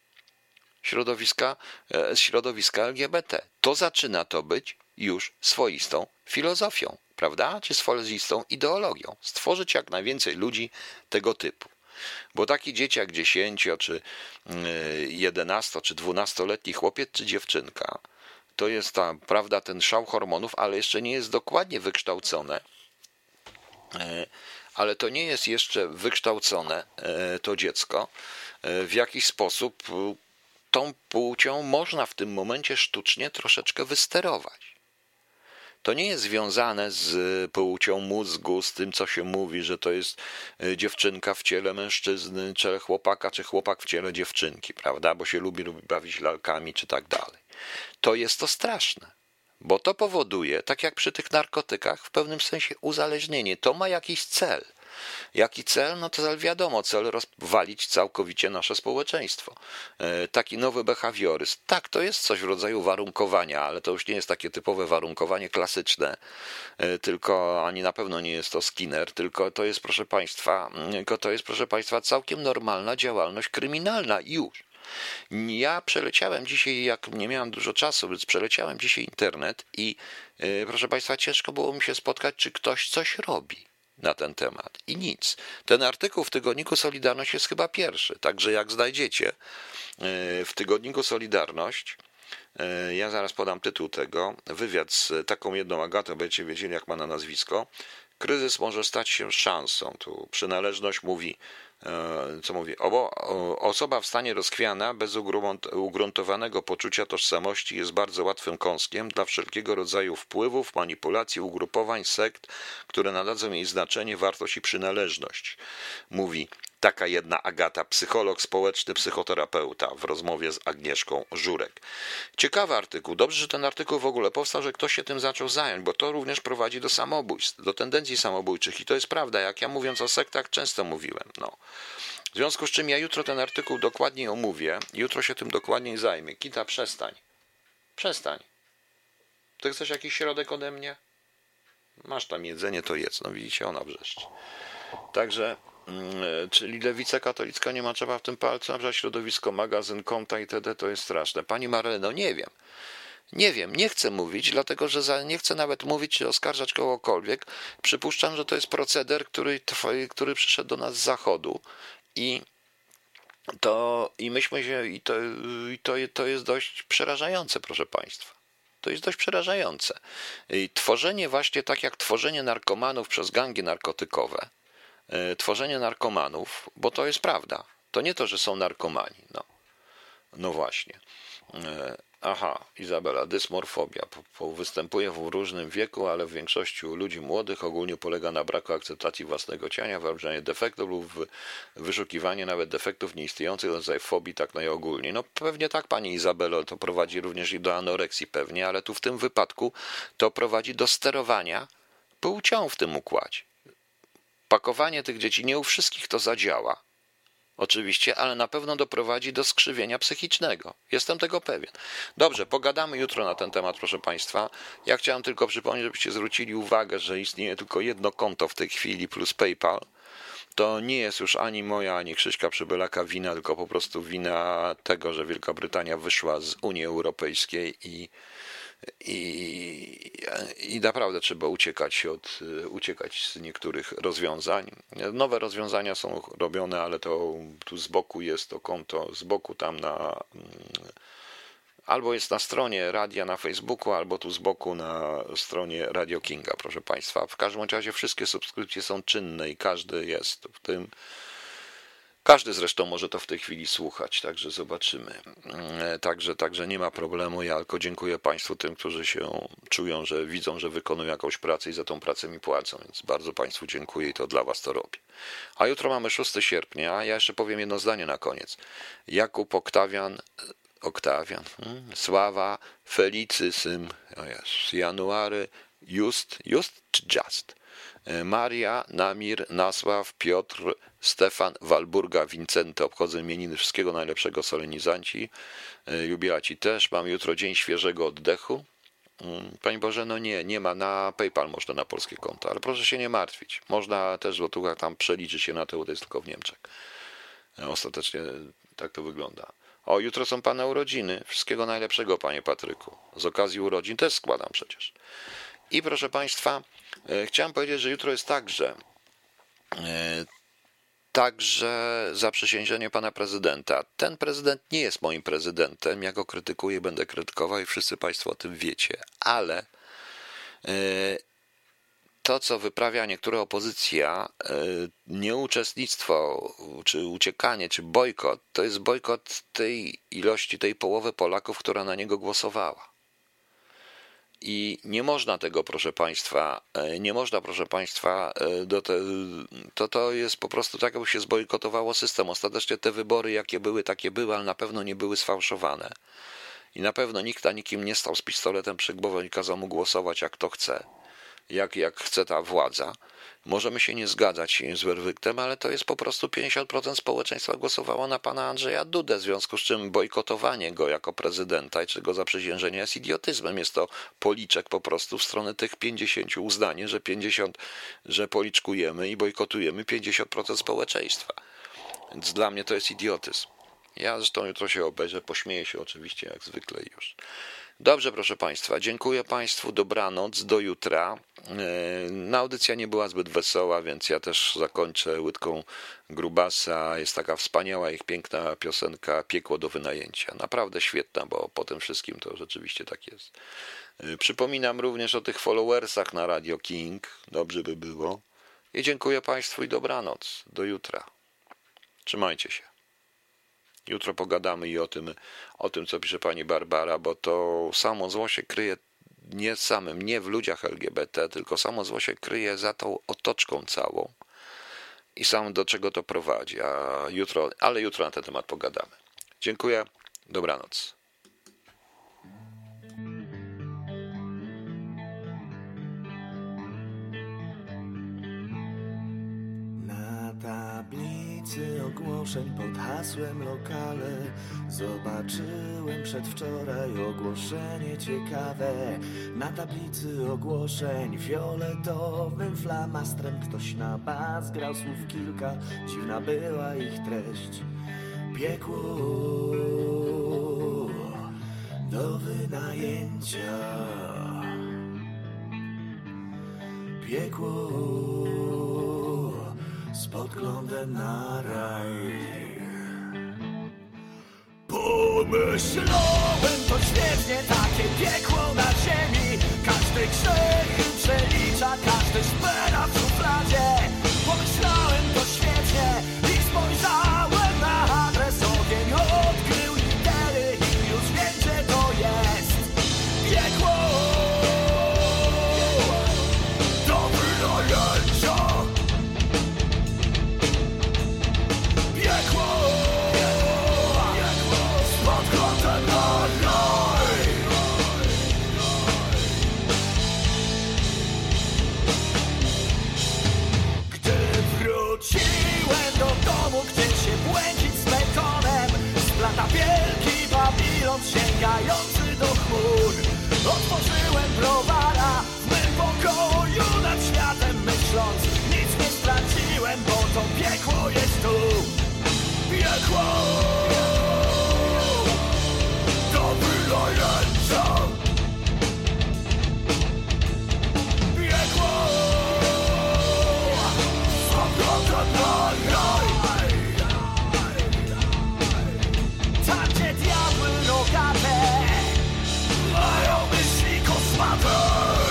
Środowiska LGBT. To zaczyna to być już swoistą filozofią, prawda? Czy swoistą ideologią. Stworzyć jak najwięcej ludzi tego typu. Bo taki dzieciak 10, czy 11, czy 12-letni chłopiec, czy dziewczynka, to jest ta, prawda, ten szał hormonów, ale jeszcze nie jest dokładnie wykształcone. Ale to nie jest jeszcze wykształcone to dziecko, w jakiś sposób tą płcią można w tym momencie sztucznie troszeczkę wysterować. To nie jest związane z płcią mózgu, z tym, co się mówi, że to jest dziewczynka w ciele mężczyzny, czy chłopaka, czy chłopak w ciele dziewczynki, prawda? Bo się lubi bawić lalkami, czy tak dalej. To jest to straszne, bo to powoduje, tak jak przy tych narkotykach, w pewnym sensie uzależnienie. To ma jakiś cel. Jaki cel? No to cel wiadomo, cel rozwalić całkowicie nasze społeczeństwo. Taki nowy behawioryzm. Tak, to jest coś w rodzaju warunkowania, ale to już nie jest takie typowe warunkowanie klasyczne, tylko ani na pewno nie jest to Skinner, tylko to jest, proszę Państwa, całkiem normalna działalność kryminalna i już. Ja przeleciałem dzisiaj, jak nie miałem dużo czasu, więc przeleciałem dzisiaj internet i proszę Państwa, ciężko było mi się spotkać, czy ktoś coś robi na ten temat. I nic. Ten artykuł w tygodniku Solidarność jest chyba pierwszy, także jak znajdziecie w tygodniku Solidarność, ja zaraz podam tytuł tego, wywiad z taką jedną Agatą, będziecie wiedzieli jak ma na nazwisko. Kryzys może stać się szansą. Tu przynależność mówi, co mówi, osoba w stanie rozchwiana, bez ugruntowanego poczucia tożsamości jest bardzo łatwym kąskiem dla wszelkiego rodzaju wpływów, manipulacji, ugrupowań, sekt, które nadadzą jej znaczenie, wartość i przynależność. Mówi taka jedna Agata, psycholog społeczny, psychoterapeuta w rozmowie z Agnieszką Żurek. Ciekawy artykuł. Dobrze, że ten artykuł w ogóle powstał, że ktoś się tym zaczął zająć, bo to również prowadzi do samobójstw, do tendencji samobójczych i to jest prawda. Jak ja mówiąc o sektach często mówiłem. W związku z czym ja jutro ten artykuł dokładniej omówię, jutro się tym dokładniej zajmę. Kita, przestań. Przestań. Ty chcesz jakiś środek ode mnie? Masz tam jedzenie, to jedz. No widzicie, ona wrzeszczy. Także czyli lewica katolicka nie maczewa w tym palcu, a środowisko, magazyn, konta itd. To jest straszne. Pani Marleno, nie wiem. Nie wiem, nie chcę mówić, dlatego że nie chcę nawet mówić czy oskarżać kogokolwiek. Przypuszczam, że to jest proceder, który przyszedł do nas z zachodu to jest dość przerażające, proszę Państwa. To jest dość przerażające. I tworzenie właśnie tak jak tworzenie narkomanów przez gangi narkotykowe, tworzenie narkomanów, bo to jest prawda. To nie to, że są narkomani. No właśnie. Aha, Izabela, dysmorfobia występuje w różnym wieku, ale w większości ludzi młodych ogólnie polega na braku akceptacji własnego ciała, wyobrażanie defektów lub wyszukiwanie nawet defektów nieistniejących, rodzaj fobii tak najogólniej. No pewnie tak, pani Izabelo, to prowadzi również i do anoreksji pewnie, ale tu w tym wypadku to prowadzi do sterowania płcią w tym układzie. Pakowanie tych dzieci, nie u wszystkich to zadziała, oczywiście, ale na pewno doprowadzi do skrzywienia psychicznego. Jestem tego pewien. Dobrze, pogadamy jutro na ten temat, proszę Państwa. Ja chciałem tylko przypomnieć, żebyście zwrócili uwagę, że istnieje tylko jedno konto w tej chwili plus PayPal. To nie jest już ani moja, ani Krzyśka Przybylaka wina, tylko po prostu wina tego, że Wielka Brytania wyszła z Unii Europejskiej i naprawdę trzeba uciekać z niektórych rozwiązań. Nowe rozwiązania są robione, ale to tu z boku jest to konto, z boku tam albo jest na stronie radia na Facebooku, albo tu z boku na stronie Radio Kinga, proszę Państwa. W każdym razie wszystkie subskrypcje są czynne i każdy jest w tym. Każdy zresztą może to w tej chwili słuchać, także zobaczymy. Także nie ma problemu. Ja tylko dziękuję Państwu, tym, którzy się czują, że widzą, że wykonują jakąś pracę i za tą pracę mi płacą, więc bardzo Państwu dziękuję i to dla Was to robię. A jutro mamy 6 sierpnia, a ja jeszcze powiem jedno zdanie na koniec. Jakub Oktawian, Sława, Felicysym, January, Just czy Just? Maria, Namir, Nasław, Piotr, Stefan, Walburga, Wincenty obchodzą imieniny, wszystkiego najlepszego solenizanci, jubilaci też. Mam jutro dzień świeżego oddechu. Pani Boże, no nie ma, na PayPal można na polskie konto, ale proszę się nie martwić. Można też złotówka tam przeliczyć się na to, bo to jest tylko w Niemczech. Ostatecznie tak to wygląda. O, jutro są Pana urodziny. Wszystkiego najlepszego, Panie Patryku. Z okazji urodzin też składam przecież. I proszę Państwa, chciałem powiedzieć, że jutro jest także zaprzysiężenie Pana Prezydenta. Ten prezydent nie jest moim prezydentem, ja go krytykuję, będę krytykował i wszyscy Państwo o tym wiecie, ale to, co wyprawia niektóra opozycja, nieuczestnictwo, czy uciekanie, czy bojkot, to jest bojkot tej ilości, tej połowy Polaków, która na niego głosowała. I nie można tego, proszę Państwa, to jest po prostu tak, jakby się zbojkotowało system. Ostatecznie te wybory, jakie były, takie były, ale na pewno nie były sfałszowane. I na pewno nikt na nikim nie stał z pistoletem przy głowie i kazał mu głosować, jak to chce. jak chce ta władza. Możemy się nie zgadzać z werdyktem, ale to jest po prostu 50% społeczeństwa głosowało na pana Andrzeja Dudę, w związku z czym bojkotowanie go jako prezydenta i czy go zaprzysiężenie jest idiotyzmem. Jest to policzek po prostu w stronę tych 50, uznanie, że policzkujemy i bojkotujemy 50% społeczeństwa. Więc dla mnie to jest idiotyzm. Ja zresztą jutro się obejrzę, pośmieję się oczywiście jak zwykle już. Dobrze, proszę Państwa, dziękuję Państwu, dobranoc, do jutra. Audycja nie była zbyt wesoła, więc ja też zakończę łydką Grubasa. Jest taka wspaniała ich piękna piosenka Piekło do wynajęcia. Naprawdę świetna, bo po tym wszystkim to rzeczywiście tak jest. Przypominam również o tych followersach na Radio King, dobrze by było. I dziękuję Państwu i dobranoc, do jutra. Trzymajcie się. Jutro pogadamy i o tym, co pisze pani Barbara, bo to samo zło się kryje nie w ludziach LGBT, tylko samo zło się kryje za tą otoczką całą i sam do czego to prowadzi. Ale jutro na ten temat pogadamy. Dziękuję, dobranoc. Tablicy ogłoszeń pod hasłem lokale zobaczyłem przedwczoraj ogłoszenie ciekawe. Na tablicy ogłoszeń fioletowym flamastrem ktoś na bas grał słów kilka, dziwna była ich treść. Piekło do wynajęcia, piekło z podglądem na raj. Pomyślałem, to świetnie, takie piekło na ziemi. Każdy grzech przelicza, każdy szpera w szufladzie. Pomyślałem, to świetnie i spojrzałem na adres. Ogień odkrył litery i już wiem, gdzie to jest. Piekło do wynajęcia. Wróciłem do domu, gdzie się błękit z betonem splata wielki Babilon sięgający do chmur. Otworzyłem browara w mym pokoju nad światem, myśląc, nic nie straciłem, bo to piekło jest tu. Piekło do wynajęcia. Piekło tam, gdzie diabły rogate mają myśli kosmate.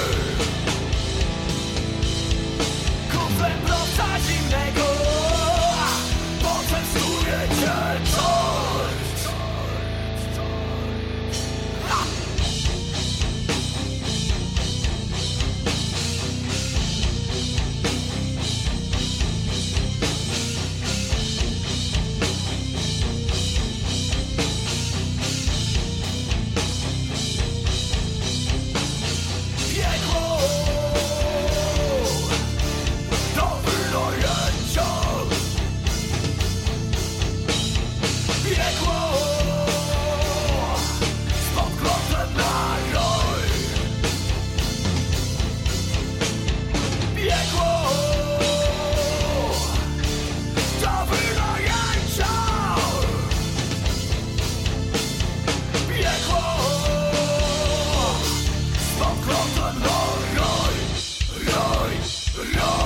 Kuflem browca zimnego poczęstuje cię coś. Raj, raj, raj.